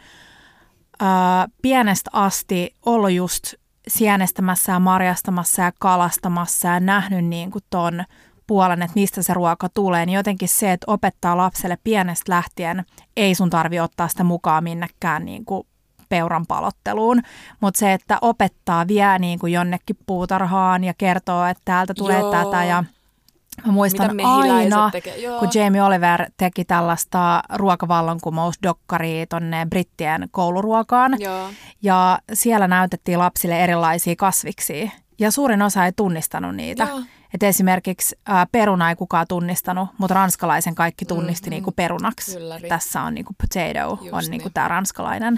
ää, pienestä asti ollut just sienestämässä ja marjastamassa ja kalastamassa ja nähnyt niin kuin ton puolen, että mistä se ruoka tulee, niin jotenkin se, että opettaa lapselle pienestä lähtien, ei sun tarvi ottaa sitä mukaan minnekään niin kuin peuran palotteluun, mutta se, että opettaa vie niin kuin jonnekin puutarhaan ja kertoo, että täältä tulee Joo. tätä ja mä muistan aina, kun Jamie Oliver teki tällaista ruokavallankumousdokkaria tonne brittien kouluruokaan. Joo. Ja siellä näytettiin lapsille erilaisia kasviksia. Ja suurin osa ei tunnistanut niitä. Et esimerkiksi ä, peruna ei kukaan tunnistanut, mutta ranskalaisen kaikki tunnisti mm-hmm. niinku perunaksi. Tässä on niinku potato, Just on niinku niin. tämä ranskalainen.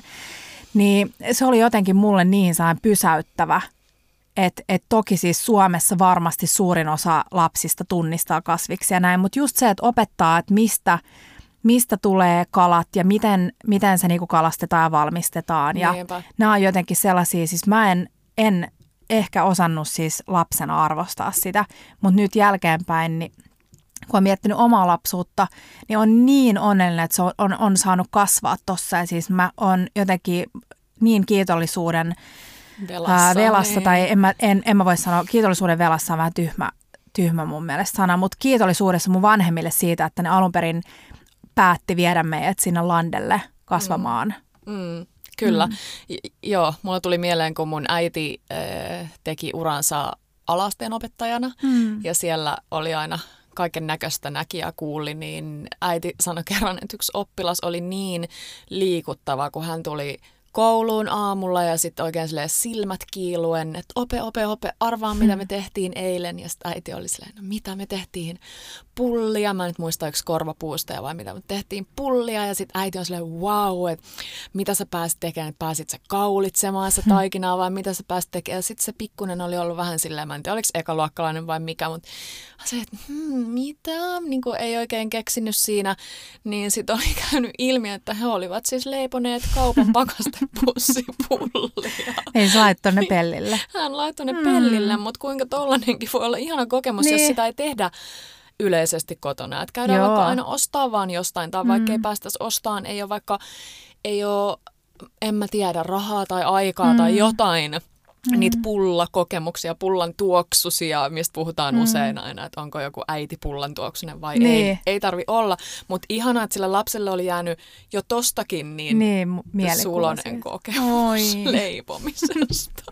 Niin se oli jotenkin mulle niin sain pysäyttävä. Että et toki siis Suomessa varmasti suurin osa lapsista tunnistaa kasviksia ja näin, mutta just se, että opettaa, että mistä, mistä tulee kalat ja miten, miten se niinku kalastetaan ja valmistetaan. Ja nämä on jotenkin sellaisia, siis mä en, en ehkä osannut siis lapsena arvostaa sitä, mutta nyt jälkeenpäin, niin kun on miettinyt omaa lapsuutta, niin on niin onnellinen, että se on, on, on saanut kasvaa tossa. Ja siis mä oon jotenkin niin kiitollisuuden Velassa, ää, velassa niin. tai en mä, en, en mä voi sanoa, kiitollisuuden velassa on vähän tyhmä, tyhmä mun mielestä sana, mutta kiitollisuudessa mun vanhemmille siitä, että ne alun perin päätti viedä meidät sinne landelle kasvamaan. Mm. Mm, kyllä. Mm. J- joo, mulla tuli mieleen, kun mun äiti äh, teki uransa alasteen opettajana mm. ja siellä oli aina kaiken näköistä näki ja kuuli, niin äiti sanoi kerran, että yksi oppilas oli niin liikuttava, kun hän tuli kouluun aamulla ja sitten oikein silmät kiiluen, että ope, ope, ope, arvaa mitä me tehtiin eilen. Ja sitten äiti oli silleen, no mitä me tehtiin? Pullia. Mä en nyt muista, yksi korvapuusta vai mitä, mutta tehtiin pullia. Ja sitten äiti on silleen, wow, että mitä sä pääsit tekemään, että pääsit sä kaulitsemaan sitä taikinaa vai mitä sä pääsit tekemään. Ja sitten se pikkunen oli ollut vähän silleen, mä en tiedä, oliko ekaluokkalainen vai mikä, mutta se, että hmm, mitä, niin kuin ei oikein keksinyt siinä. Niin sitten oli käynyt ilmi, että he olivat siis leiponeet kaupan pakasta pussipullia. Ei se laittoi ne pellille. Hän laittoi ne mm. pellille, mutta kuinka tollanenkin voi olla ihana kokemus, niin. jos sitä ei tehdä yleisesti kotona. Että käydään Joo. vaikka aina ostaa vaan jostain, tai mm. vaikka ei päästäisi ostamaan, ei ole vaikka, ei ole, en mä tiedä, rahaa tai aikaa mm. tai jotain. Mm. Niitä pullakokemuksia, pullan tuoksusia, mistä puhutaan mm. usein aina, että onko joku äiti pullan tuoksunen vai niin. ei. Ei tarvi olla, mutta ihanaa, että sillä lapselle oli jäänyt jo tostakin niin, niin sulonen kokemus leipomisesta.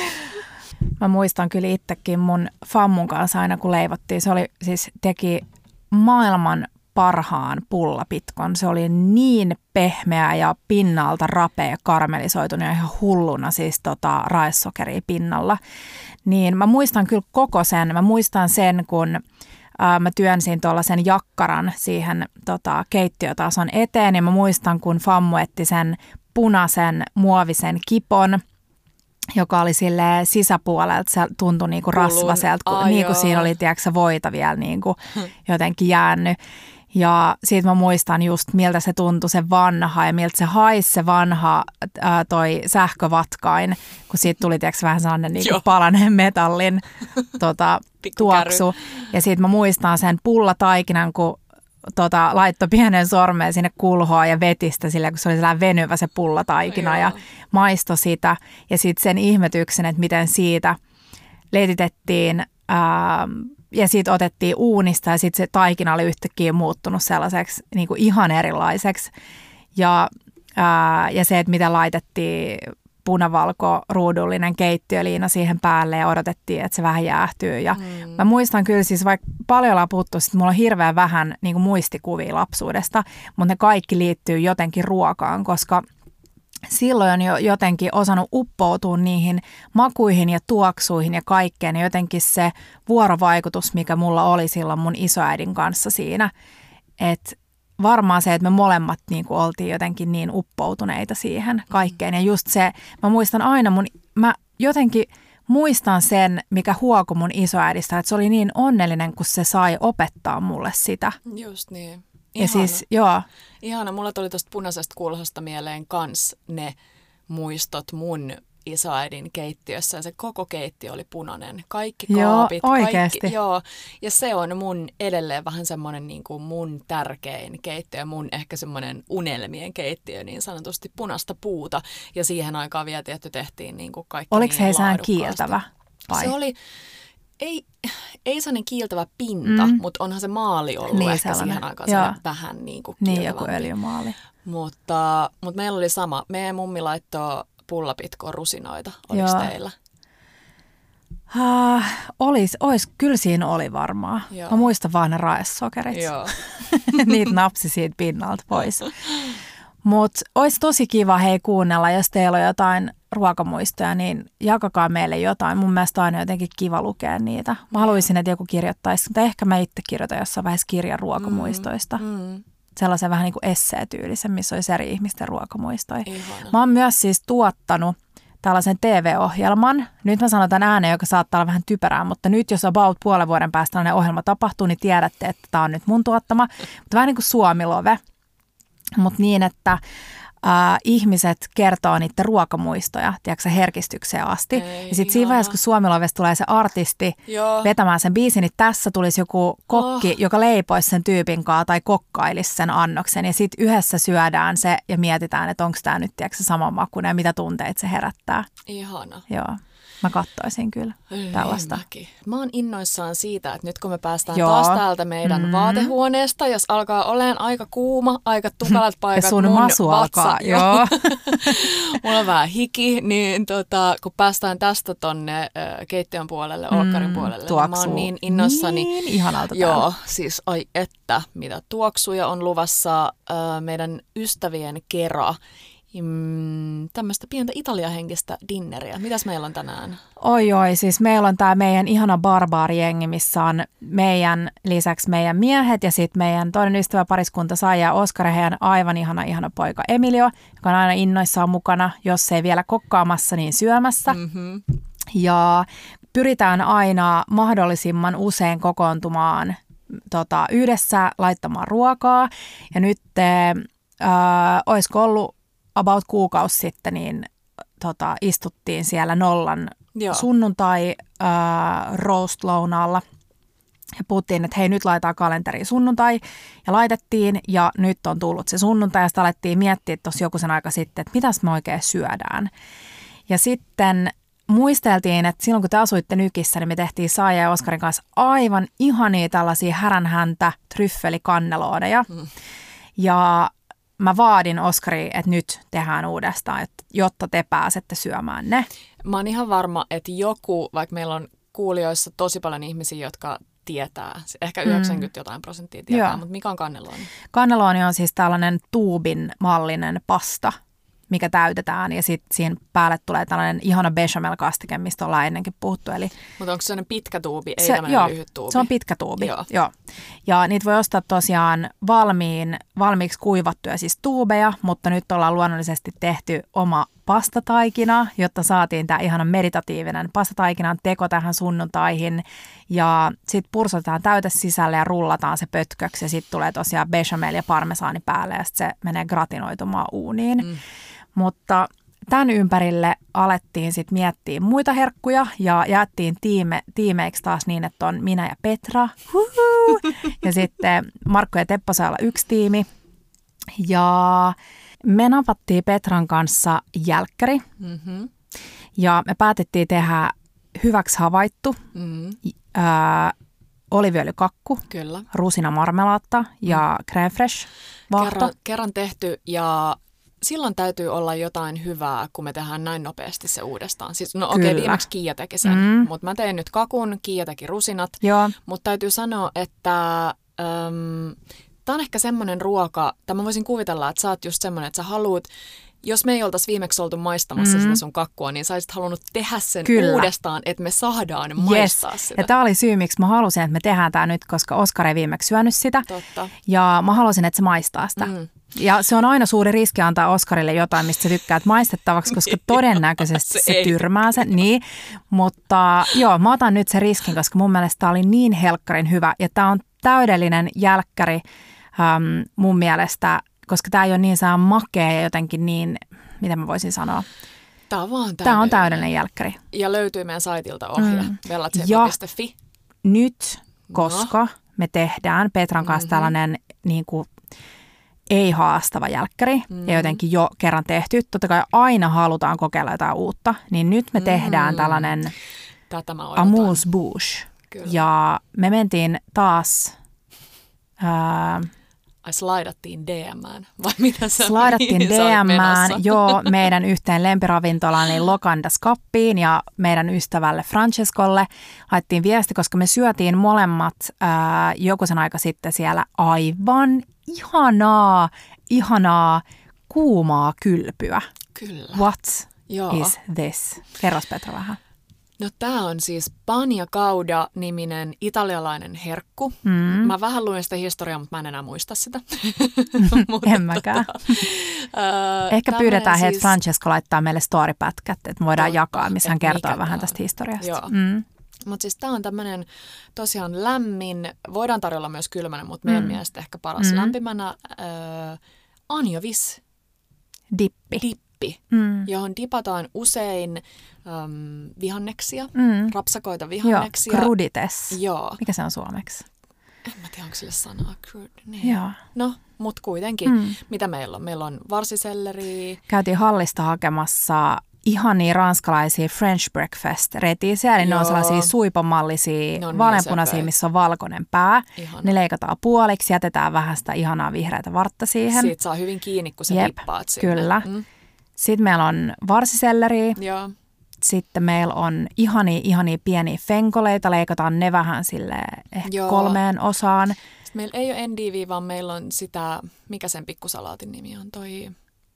Mä muistan kyllä itsekin mun fammun kanssa aina, kun leivottiin. Se oli siis teki maailman parhaan pullapitkon. Se oli niin pehmeä ja pinnalta rapea, karamelisoitunut ja ihan hulluna siis tota, raesokeria pinnalla. Niin mä muistan kyllä koko sen. Mä muistan sen, kun ää, mä työnsin tuollaisen jakkaran siihen tota, keittiötason eteen. Ja mä muistan, kun Fammu etti sen punaisen muovisen kipon, joka oli silleen sisäpuolelta, se tuntui niinku rasvaselta, kun, niin kuin siinä oli tiedätkö, voita vielä niinku jotenkin jäänyt. Ja siitä mä muistan just, miltä se tuntui se vanha ja miltä se haisi se vanha ää, toi sähkövatkain, kun siitä tuli tiedätkö, vähän sellainen niinku palaneen metallin tota, tuoksu. Ja siitä mä muistan sen pullataikinan, kun Tota, laittoi pienen sormeen sinne kulhoa ja vetistä sillä, kun se oli sellainen venyvä se pullataikina ja maistoi sitä. Ja sitten sen ihmetyksen, että miten siitä leititettiin ää, ja siitä otettiin uunista ja sitten se taikina oli yhtäkkiä muuttunut sellaiseksi niin kuin ihan erilaiseksi. Ja, ää, ja se, että miten laitettiin punavalko-ruudullinen keittiöliina siihen päälle ja odotettiin, että se vähän jäähtyy. Ja mm. mä muistan kyllä siis, vaikka paljon ollaan puhuttu, että mulla on hirveän vähän niin kuin muistikuvia lapsuudesta, mutta ne kaikki liittyy jotenkin ruokaan, koska silloin on jo jotenkin osannut uppoutua niihin makuihin ja tuoksuihin ja kaikkeen. Ja jotenkin se vuorovaikutus, mikä mulla oli silloin mun isoäidin kanssa siinä, että varmaan se, että me molemmat niin kuin oltiin jotenkin niin uppoutuneita siihen kaikkeen. Ja just se, mä muistan aina mun, mä jotenkin muistan sen, mikä huokui mun isoäidistä, että se oli niin onnellinen, kun se sai opettaa mulle sitä. Just niin. Ihana. Ja siis, joo. Ihana, mulla tuli tuosta punaisesta kulhosta mieleen kans ne muistot mun isoäidin keittiössä ja se koko keittiö oli punainen. Kaikki kaapit. Joo, oikeasti. Kaikki, joo, ja se on mun edelleen vähän semmoinen niin kuin mun tärkein keittiö, mun ehkä semmoinen unelmien keittiö, niin sanotusti punaista puuta. Ja siihen aikaan vielä tietty tehtiin niin kuin kaikki Oliko niin he sään kiiltävä? Vai? Se oli, ei, ei sellainen kiiltävä pinta, mm. mutta onhan se maali ollut niin, ehkä sellainen. Siihen aikaan sellainen vähän niin kuin niin, joku öljymaali. Mutta, mutta meillä oli sama. Meidän mummi laittoi pullapitkoon rusinoita. Oliko Joo. teillä? Uh, olis, ois, kyllä siinä oli varmaan. Joo. Mä muistan vaan ne raesokerit. Joo. Niitä napsi siitä pinnalta pois. Mutta olisi tosi kiva hei kuunnella, jos teillä on jotain ruokamuistoja, niin jakakaa meille jotain. Mun mielestä on aina jotenkin kiva lukea niitä. Mä haluaisin, että joku kirjoittaisi, mutta ehkä mä itse kirjoitan jossain vaiheessa kirjan ruokamuistoista. Mm, mm. Sellaisen vähän niin kuin esseetyylisen, missä olisi eri ihmisten ruokamuistoja. Ihana. Mä oon myös siis tuottanut tällaisen T V-ohjelman. Nyt mä sanon tämän ääneen, joka saattaa olla vähän typerää, mutta nyt jos about puolen vuoden päästä tällainen ohjelma tapahtuu, niin tiedätte, että tämä on nyt mun tuottama. Mutta vähän niin kuin Suomi-love, mutta niin, että äh, ihmiset kertoo niiden ruokamuistoja, tiedätkö herkistykseen asti. Ei, ja sitten siinä vaiheessa, kun Suomi-lovesta tulee se artisti Joo. vetämään sen biisin, niin tässä tulisi joku kokki, oh. joka leipoisi sen tyypin kanssa tai kokkailisi sen annoksen. Ja sitten yhdessä syödään se ja mietitään, että onko tämä nyt tiedätkö, saman makuinen ja mitä tunteita se herättää. Ihana. Joo. Mä katsoisin kyllä tällaista. Mäkin. Mä oon innoissaan siitä, että nyt kun me päästään Joo. taas täältä meidän mm. vaatehuoneesta, jos alkaa olemaan aika kuuma, aika tukalat paikat. Ja sun mun masu vatsa, alkaa, joo. Mulla on vähän hiki, niin tota, kun päästään tästä tonne äh, keittiön puolelle, mm, olkkarin puolelle, niin mä oon niin innoissani. Niin ihanalta Joo, täällä. siis ai että, mitä tuoksuja on luvassa äh, meidän ystävien kera. Mm, tämmöistä pientä italiahenkistä dinneriä. Mitäs meillä on tänään? Oi oi, siis meillä on tämä meidän ihana barbaarijengi, missä on meidän lisäksi meidän miehet ja sitten meidän toinen ystävä pariskunta Saija ja Oskar ja heidän aivan ihana ihana poika Emilio, joka on aina innoissaan mukana, jos ei vielä kokkaamassa, niin syömässä. Mm-hmm. Ja pyritään aina mahdollisimman usein kokoontumaan tota, yhdessä laittamaan ruokaa. Ja nyt äh, olisiko ollut about kuukausi sitten, niin tota, istuttiin siellä Nollan Joo. sunnuntai äh, roast-lounaalla ja puhuttiin, että hei nyt laitetaan kalenteriin sunnuntai ja laitettiin ja nyt on tullut se sunnuntai ja sitä alettiin miettiä tuossa joku sen aika sitten, että mitäs me oikein syödään. Ja sitten muisteltiin, että silloin kun te asuitte Nykissä, niin me tehtiin Saija ja Oskarin kanssa aivan ihania tällaisia häränhäntä tryffelikanneloneja mm. ja mä vaadin Oskari, että nyt tehdään uudestaan, jotta te pääsette syömään ne. Mä oon ihan varma, että joku, vaikka meillä on kuulijoissa tosi paljon ihmisiä, jotka tietää. Ehkä yhdeksänkymmentä jotain prosenttia tietää, Joo. mutta mikä on kanneloni? Kanneloni on siis tällainen tuubin mallinen pasta, mikä täytetään ja sitten siinä päälle tulee tällainen ihana bechamel-kastike, mistä ollaan ennenkin puhuttu. Eli Mutta onko se sellainen pitkä tuubi, ei se, tämmöinen joo, lyhyt tuubi? se on pitkä tuubi, Joo. joo. Ja niitä voi ostaa tosiaan valmiin, valmiiksi kuivattuja siis tuubeja, mutta nyt ollaan luonnollisesti tehty oma pastataikina, jotta saatiin tämä ihana meditatiivinen pastataikinan teko tähän sunnuntaihin. Ja sitten pursotetaan täyte sisälle ja rullataan se pötköksi ja sitten tulee tosiaan bechamel ja parmesaani päälle ja sitten se menee gratinoitumaan uuniin. Mm. Mutta tämän ympärille alettiin sitten miettiä muita herkkuja ja jaettiin tiime, tiimeiksi taas niin, että on minä ja Petra. Huhuu! Ja sitten Markku ja Teppo saa olla yksi tiimi. Ja me napattiin Petran kanssa jälkkäri Mm-hmm. ja me päätettiin tehdä hyväksi havaittu Mm-hmm. ää, oliviöljykakku, Kyllä. rusinamarmelaatta ja crème fraîche vaahto. Kerran, kerran tehty ja silloin täytyy olla jotain hyvää, kun me tehdään näin nopeasti se uudestaan. Siis, no okei, okay, Kyllä. viimeksi Kiia teki sen, Mm. mutta mä tein nyt kakun, Kiia teki rusinat. Joo. Mutta täytyy sanoa, että äm, tämä on ehkä semmoinen ruoka, tai mä voisin kuvitella, että sä oot just semmoinen, että sä haluut, jos me ei oltaisi viimeksi oltu maistamassa mm. sitä sun kakkua, niin sä olisit halunnut tehdä sen Kyllä. uudestaan, että me saadaan maistaa Yes. sitä. Ja tämä oli syy, miksi mä halusin, että me tehdään tämä nyt, koska Oskar ei viimeksi syönyt sitä. Totta. Ja mä halusin, että se maistaa sitä. Mm. Ja se on aina suuri riski antaa Oskarille jotain, mistä sä tykkäät maistettavaksi, koska todennäköisesti Se se, se ei. tyrmää sen. Niin. Mutta joo, mä otan nyt sen riskin, koska mun mielestä tämä oli niin helkkarin hyvä. Ja tämä on täydellinen jälkkäri ähm, mun mielestä, koska tämä ei ole niin saa makea ja jotenkin niin, mitä mä voisin sanoa. Tämä on vaan Tämä on täydellinen jälkkäri. Ja löytyy meidän saitilta ohje, Mm. vellatsepa piste fi. Nyt, koska no. me tehdään Petran kanssa mm-hmm. tällainen niin kuin, ei haastava jälkkäri mm-hmm. ja jotenkin jo kerran tehty. Totta kai aina halutaan kokeilla jotain uutta, niin nyt me tehdään mm-hmm. tällainen amuse-bouche. Ja me mentiin taas... Ää, Ai slaidattiin D M:ään, vai mitä sä Slaidattiin mihin D sä olit M:ään, menossa? joo, meidän yhteen lempiravintolaan, eli Locandas Kappiin ja meidän ystävälle Francescolle haettiin viesti, koska me syötiin molemmat ää, joku sen aika sitten siellä aivan ihanaa, ihanaa kuumaa kylpyä. Kyllä. What Joo. is this? Kerros Petra vähän. No tää on siis Bagna Cauda-niminen italialainen herkku. Mm. Mä vähän luin sitä historiaa, mutta mä en enää muista sitä. En mäkään. Ehkä pyydetään heitä, siis... Francesco laittaa meille storypätkät, että me voidaan Totta, jakaa, missä hän kertoo vähän tästä historiasta. Mm. Mutta siis tää on tämmöinen tosiaan lämmin, voidaan tarjolla myös kylmänä, mutta meidän mm. mielestä ehkä paras mm. lämpimänä äh, anjovis. Dippi. Dippi. Mm. Johon dipataan usein äm, vihanneksia, mm. rapsakoita vihanneksia. Joo, crudites. Joo. Mikä se on suomeksi? En mä tiedä, onko sille sanaa crud. Niin. Joo. No, mutta kuitenkin. Mm. Mitä meillä on? Meillä on varsiselleriä. Käytiin hallista hakemassa ihania ranskalaisia French breakfast-retiisiä, eli Joo. ne on sellaisia suipomallisia, no niin, vaaleanpunaisia, missä on valkoinen pää. Ihana. Ne leikataan puoliksi, jätetään vähän sitä ihanaa vihreätä vartta siihen. Siitä saa hyvin kiinni, kun sä Jep, dippaat sinne. Kyllä. Mm. Sitten meillä on varsiselleriä. Joo. Sitten meillä on ihania, ihania pieniä fenkoleita, leikataan ne vähän sille ehkä Joo. kolmeen osaan. Sitten meillä ei ole endiviä, vaan meillä on sitä, mikä sen pikkusalaatin nimi on, toi...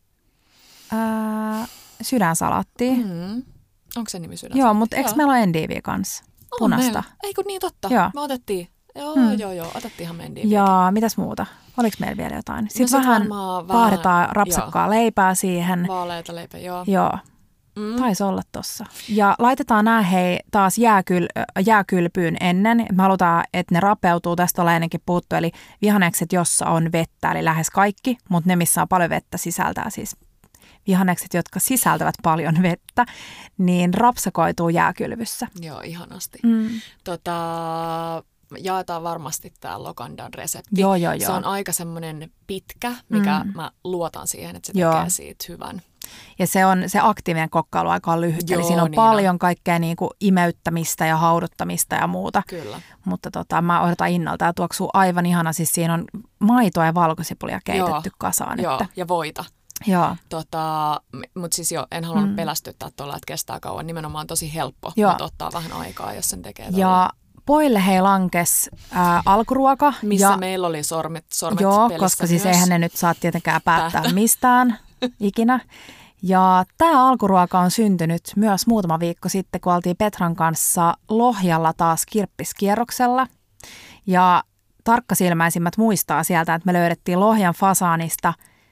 Ää, sydänsalaattia. Mm. Onko se nimi sydänsalaatti? Joo, mutta eikö meillä ole endiviä kanssa? Punasta. Ei kun niin totta, joo. me otettiin. Joo, hmm. joo, joo, otettiinhan me endiviä. Ja mitäs muuta? Oliko meillä vielä jotain? Sitten no sit vähän vaahdetaan rapsakkaa joo. leipää siihen. Vaaleita leipää, joo. Joo, mm. taisi olla tossa. Ja laitetaan nämä hei taas jääkyl, jääkylpyyn ennen. Me halutaan, että ne rapeutuu. Tästä ollaan ennenkin puhuttu. Eli vihannekset, jossa on vettä, eli lähes kaikki. Mutta ne, missä on paljon vettä, sisältää siis vihannekset, jotka sisältävät paljon vettä, niin rapsakoituu jääkylvyssä. Joo, ihanasti. Mm. Tota... Jaetaan varmasti tämä Locandan resepti. Joo, joo, joo. Se on aika semmoinen pitkä, mikä mm. mä luotan siihen, että se joo. tekee siitä hyvän. Ja se, on, se aktiivinen kokkailuaika on lyhyt, joo, eli siinä on niin paljon on. kaikkea niin kuin imeyttämistä ja hauduttamista ja muuta. Kyllä. Mutta tota, mä odotan innolta ja tuoksuu aivan ihana. Siis siinä on maitoa ja valkosipulia keitetty joo. kasaan. Joo, että... ja voita. Joo. Tota, mutta siis jo, en halunnut mm. pelästyttää tuolla, että kestää kauan. Nimenomaan tosi helppo, joo. mutta ottaa vähän aikaa, jos sen tekee. Ja Poille hei lankes ää, alkuruoka. Missä ja, meillä oli sormet, sormet joo, pelissä koska siis myös. eihän ne nyt saa tietenkään päättää Päättää. mistään ikinä. Ja tämä alkuruoka on syntynyt myös muutama viikko sitten, kun oltiin Petran kanssa Lohjalla taas kirppiskierroksella. Ja tarkkasilmäisimmät muistaa sieltä, että me löydettiin Lohjan fasaanista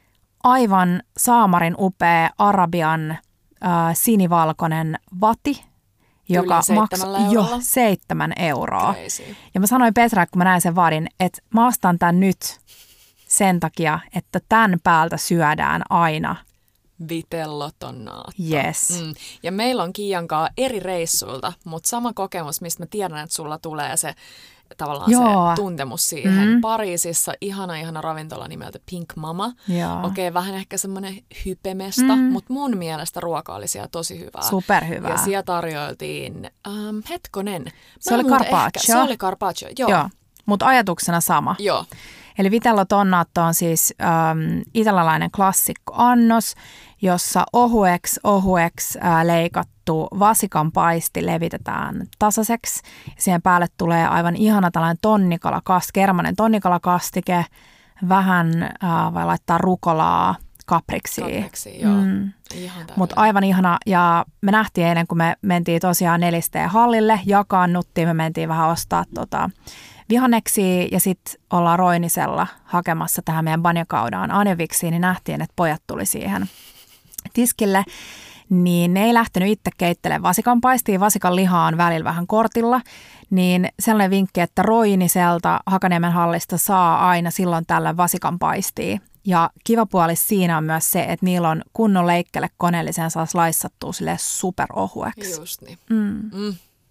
aivan saamarin upea arabian äh, sinivalkoinen vati, joka maksoi jo seitsemän euroa. Crazy. Ja mä sanoin Petralle, kun mä näin sen vadin, että mä ostan tämän nyt sen takia, että tämän päältä syödään aina. Vitellotonnaatto. Yes. Mm. Ja meillä on Kiiankaan eri reissuilta, mutta sama kokemus, mistä mä tiedän, että sulla tulee se tavallaan Joo. se tuntemus siihen. Mm. Pariisissa ihana ihana ravintola nimeltä Pink Mama. Joo. Okei, vähän ehkä semmoinen hypemesta, Mm. mutta mun mielestä ruoka oli siellä tosi hyvää. Superhyvää. Ja siellä tarjoiltiin, ähm, hetkonen. Se oli carpaccio. Ehkä, se oli carpaccio, joo. Joo, mutta ajatuksena sama. Joo. Eli vitello tonnaatto on siis ähm, italialainen klassikko annos, jossa ohueksi ohueksi äh, leikattu vasikan paisti levitetään tasaiseksi. Siihen päälle tulee aivan ihana tällainen tonnikalakastike, kermanen tonnikalakastike, vähän äh, vai laittaa rukolaa, kapriksia. Kapriksi, joo. Mm. Mutta aivan ihana. Ja me nähtiin eilen, kun me mentiin tosiaan Nelisteen hallille, jakaannuttiin, me mentiin vähän ostaa tota, vihanneksi ja sitten ollaan Roinisella hakemassa tähän meidän banjakaudaan anjoviksiin, niin nähtiin, että pojat tuli siihen tiskille. Niin ne ei lähtenyt itse keittelemään vasikan paistiin. Vasikan liha on välillä vähän kortilla. Niin sellainen vinkki, että Roiniselta Hakaniemen hallista saa aina silloin tällä vasikan paistiin. Ja kiva puoli siinä on myös se, että niillä on kunnon leikkele koneelliseen saa slaissattua silleen superohueksi. Just niin. Mm. Mm.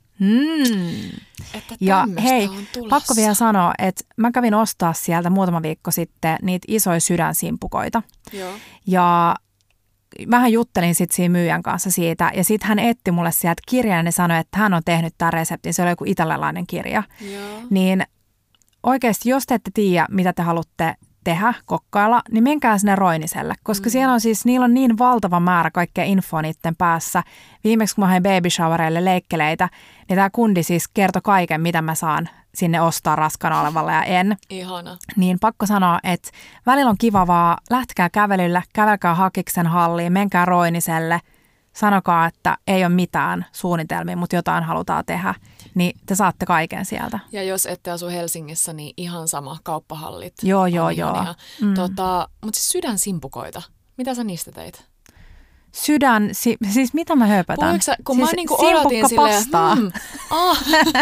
Mm. Että Ja hei, on tulossa. pakko vielä sanoa, että mä kävin ostaa sieltä muutama viikko sitten niitä isoja sydänsimpukoita. Joo. Ja vähän juttelin sitten siinä myyjän kanssa siitä, ja sitten hän etti mulle sieltä kirjan ja sanoi, että hän on tehnyt tämän reseptin, se oli joku italialainen kirja. Joo. Niin oikeasti, jos te ette tiedä, mitä te haluatte tehdä, kokkailla, niin menkää sinne Roiniselle, koska mm. siellä on siis, niillä on niin valtava määrä kaikkea infoa niiden päässä. Viimeksi kun mä hain baby showereille leikkeleitä, niin tämä kundi siis kertoi kaiken, mitä mä saan sinne ostaa raskana olevalle ja en. Ihana. Niin pakko sanoa, että välillä on kiva vaan, lähtekää kävelyllä, kävelkää Hakiksen halliin, menkää Roiniselle, sanokaa, että ei ole mitään suunnitelmia, mutta jotain halutaan tehdä, niin te saatte kaiken sieltä. Ja jos ette asu Helsingissä, niin ihan sama, kauppahallit. Joo, joo, joo. Mm. Tota, mutta siis sydänsimpukoita, mitä sä niistä teit? Sydän, si, siis mitä mä höpötän? Puhuitko sä, kun siis mä niinku odotin silleen, hmm, ah.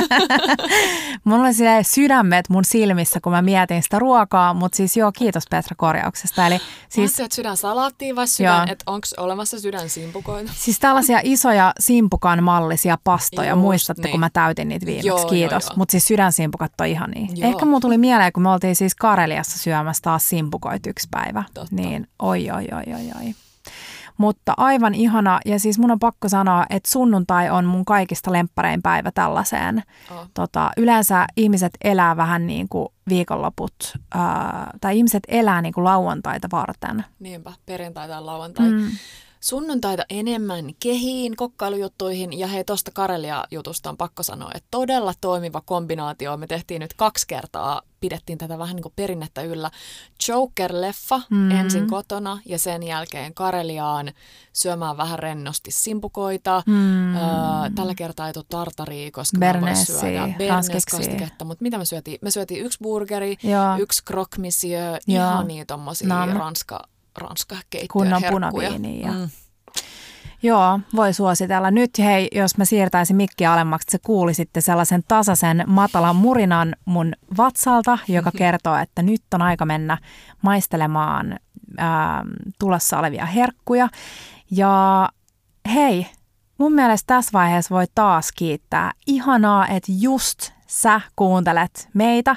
Mulla oli silleen sydämet mun silmissä, kun mä mietin sitä ruokaa, mutta siis joo, kiitos Petra korjauksesta. Eli siis, Ajattelin, että sydänsalaattia vai sydän, että onko olemassa sydänsimpukoita? Siis tällaisia isoja simpukan mallisia pastoja, Just muistatte, niin. kun mä täytin niitä viimeksi, Joo, kiitos. joo, Mutta siis sydänsimpukat on ihania. Joo. Ehkä mulla tuli mieleen, kun me oltiin siis Kareliassa syömässä taas simpukoit yksi päivä. Totta. Niin oi, oi, oi, oi, oi. Mutta aivan ihana, ja siis mun on pakko sanoa, että sunnuntai on mun kaikista lempparein päivä tällaiseen. Oh. Tota, yleensä ihmiset elää vähän niin kuin viikonloput, ää, tai ihmiset elää niin kuin lauantaita varten. Niinpä, perjantai tai lauantai. Mm. Sunnuntaita enemmän kehiin, kokkailujuttuihin ja hei tosta Karelia-jutusta on pakko sanoa, että todella toimiva kombinaatio. Me tehtiin nyt kaksi kertaa, pidettiin tätä vähän niin kuin perinnettä yllä. Joker-leffa mm. ensin kotona ja sen jälkeen Kareliaan syömään vähän rennosti simpukoita. Mm. Öö, tällä kertaa ei tule tartaria, koska mä voin syödä Bernes-kastiketta. Mutta mitä me syötiin? Me syötiin yksi burgeri, Joo. yksi croque monsieur, ihania tommosia ranska ranskakeittiöherkkuja. Kunnon punaviiniä. Mm. Joo, voi suositella. Nyt hei, jos mä siirtäisin mikkiä alemmaksi, se kuuli sitten sellaisen tasaisen matalan murinan mun vatsalta, joka kertoo, että nyt on aika mennä maistelemaan ää, tulossa olevia herkkuja. Ja hei, mun mielestä tässä vaiheessa voi taas kiittää. Ihanaa, että just sä kuuntelet meitä.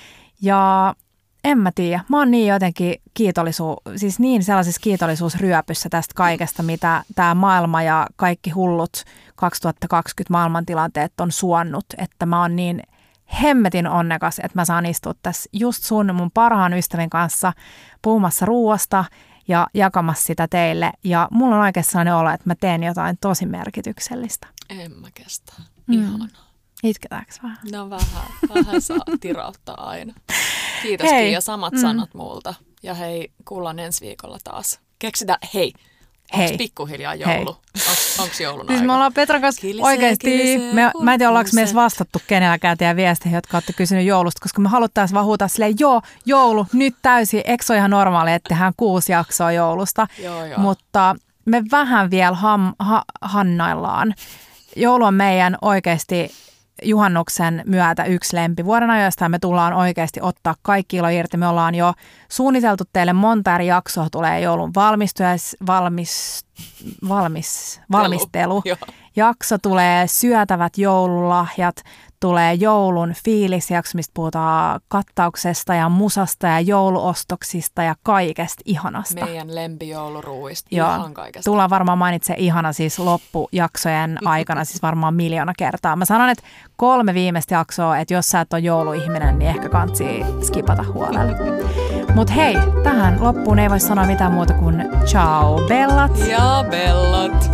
Ja en mä tiedä. Mä oon niin jotenkin kiitollisuus, siis niin sellaisessa kiitollisuusryöpyssä tästä kaikesta, mitä tämä maailma ja kaikki hullut kaksituhattakaksikymmentä maailmantilanteet on suonnut, että mä oon niin hemmetin onnekas, että mä saan istua tässä just sun mun parhaan ystävin kanssa puhumassa ruuasta ja jakamassa sitä teille. Ja mulla on oikein sellainen olo, että mä teen jotain tosi merkityksellistä. En mä kestä. Ihanaa. Mm. Itketäänkö vähän? No vähän, vähän saa tirauttaa aina. Kiitos Hei. Kiia, samat mm. sanat multa. Ja hei, kuullaan ensi viikolla taas. Keksitään, hei, onks Hei. pikkuhiljaa joulu? Onks, onks joulun Siis aika? me ollaan Petran kanssa Kilisee, oikeasti, kilisee, me, mä en tiedä ollaanko me edes huhhuset. vastattu kenelläkään teidän viesteihin, jotka olette kysynyt joulusta, koska me haluttaisiin vaan huutaa silleen, joo, joulu, nyt täysin, eikö se ole ihan normaali, että tehdään kuusi jaksoa joulusta, Joo, joo. mutta me vähän vielä ham, ha, hannaillaan. Joulu on meidän oikeasti juhannuksen myötä yksi lempivuoden ajoista ja me tullaan oikeasti ottaa kaikki ilo irti. Me ollaan jo suunniteltu teille monta eri jaksoa, tulee joulun valmistujas, valmis, valmis, valmistelu. Joo. Jakso tulee syötävät joululahjat, tulee joulun fiilisjakso, mistä puhutaan kattauksesta ja musasta ja jouluostoksista ja kaikesta ihanasta. Meidän lempijouluruuista, Joo. ihan kaikesta. Tullaan varmaan mainitsemaan ihana siis loppujaksojen aikana, siis varmaan miljoona kertaa. Mä sanon, että kolme viimeistä jaksoa, että jos sä et ole jouluihminen, niin ehkä kantsii skipata huolella. Mut hei, tähän loppuun ei voi sanoa mitään muuta kuin ciao bellat. Ja bellat.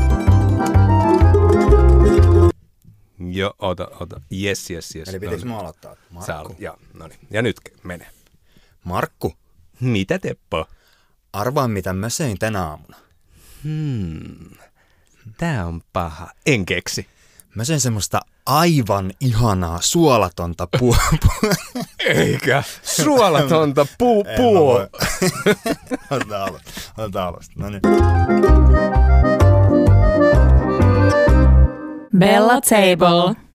Joo, ota, ota. Jes, jes, jes. Eli pitäis mä aloittaa? Sä aloit, joo, no niin. Ja nyt mene. Markku, Mitä Teppo? arvaa mitä mä söin tänä aamuna. Hmm. Tää on paha. En keksi. Mä söin semmoista aivan ihanaa suolatonta puu... Eikä. Suolatonta puu... En puu. mä voi. Otetaan alusta. Otetaan alusta. No niin. Bella Table.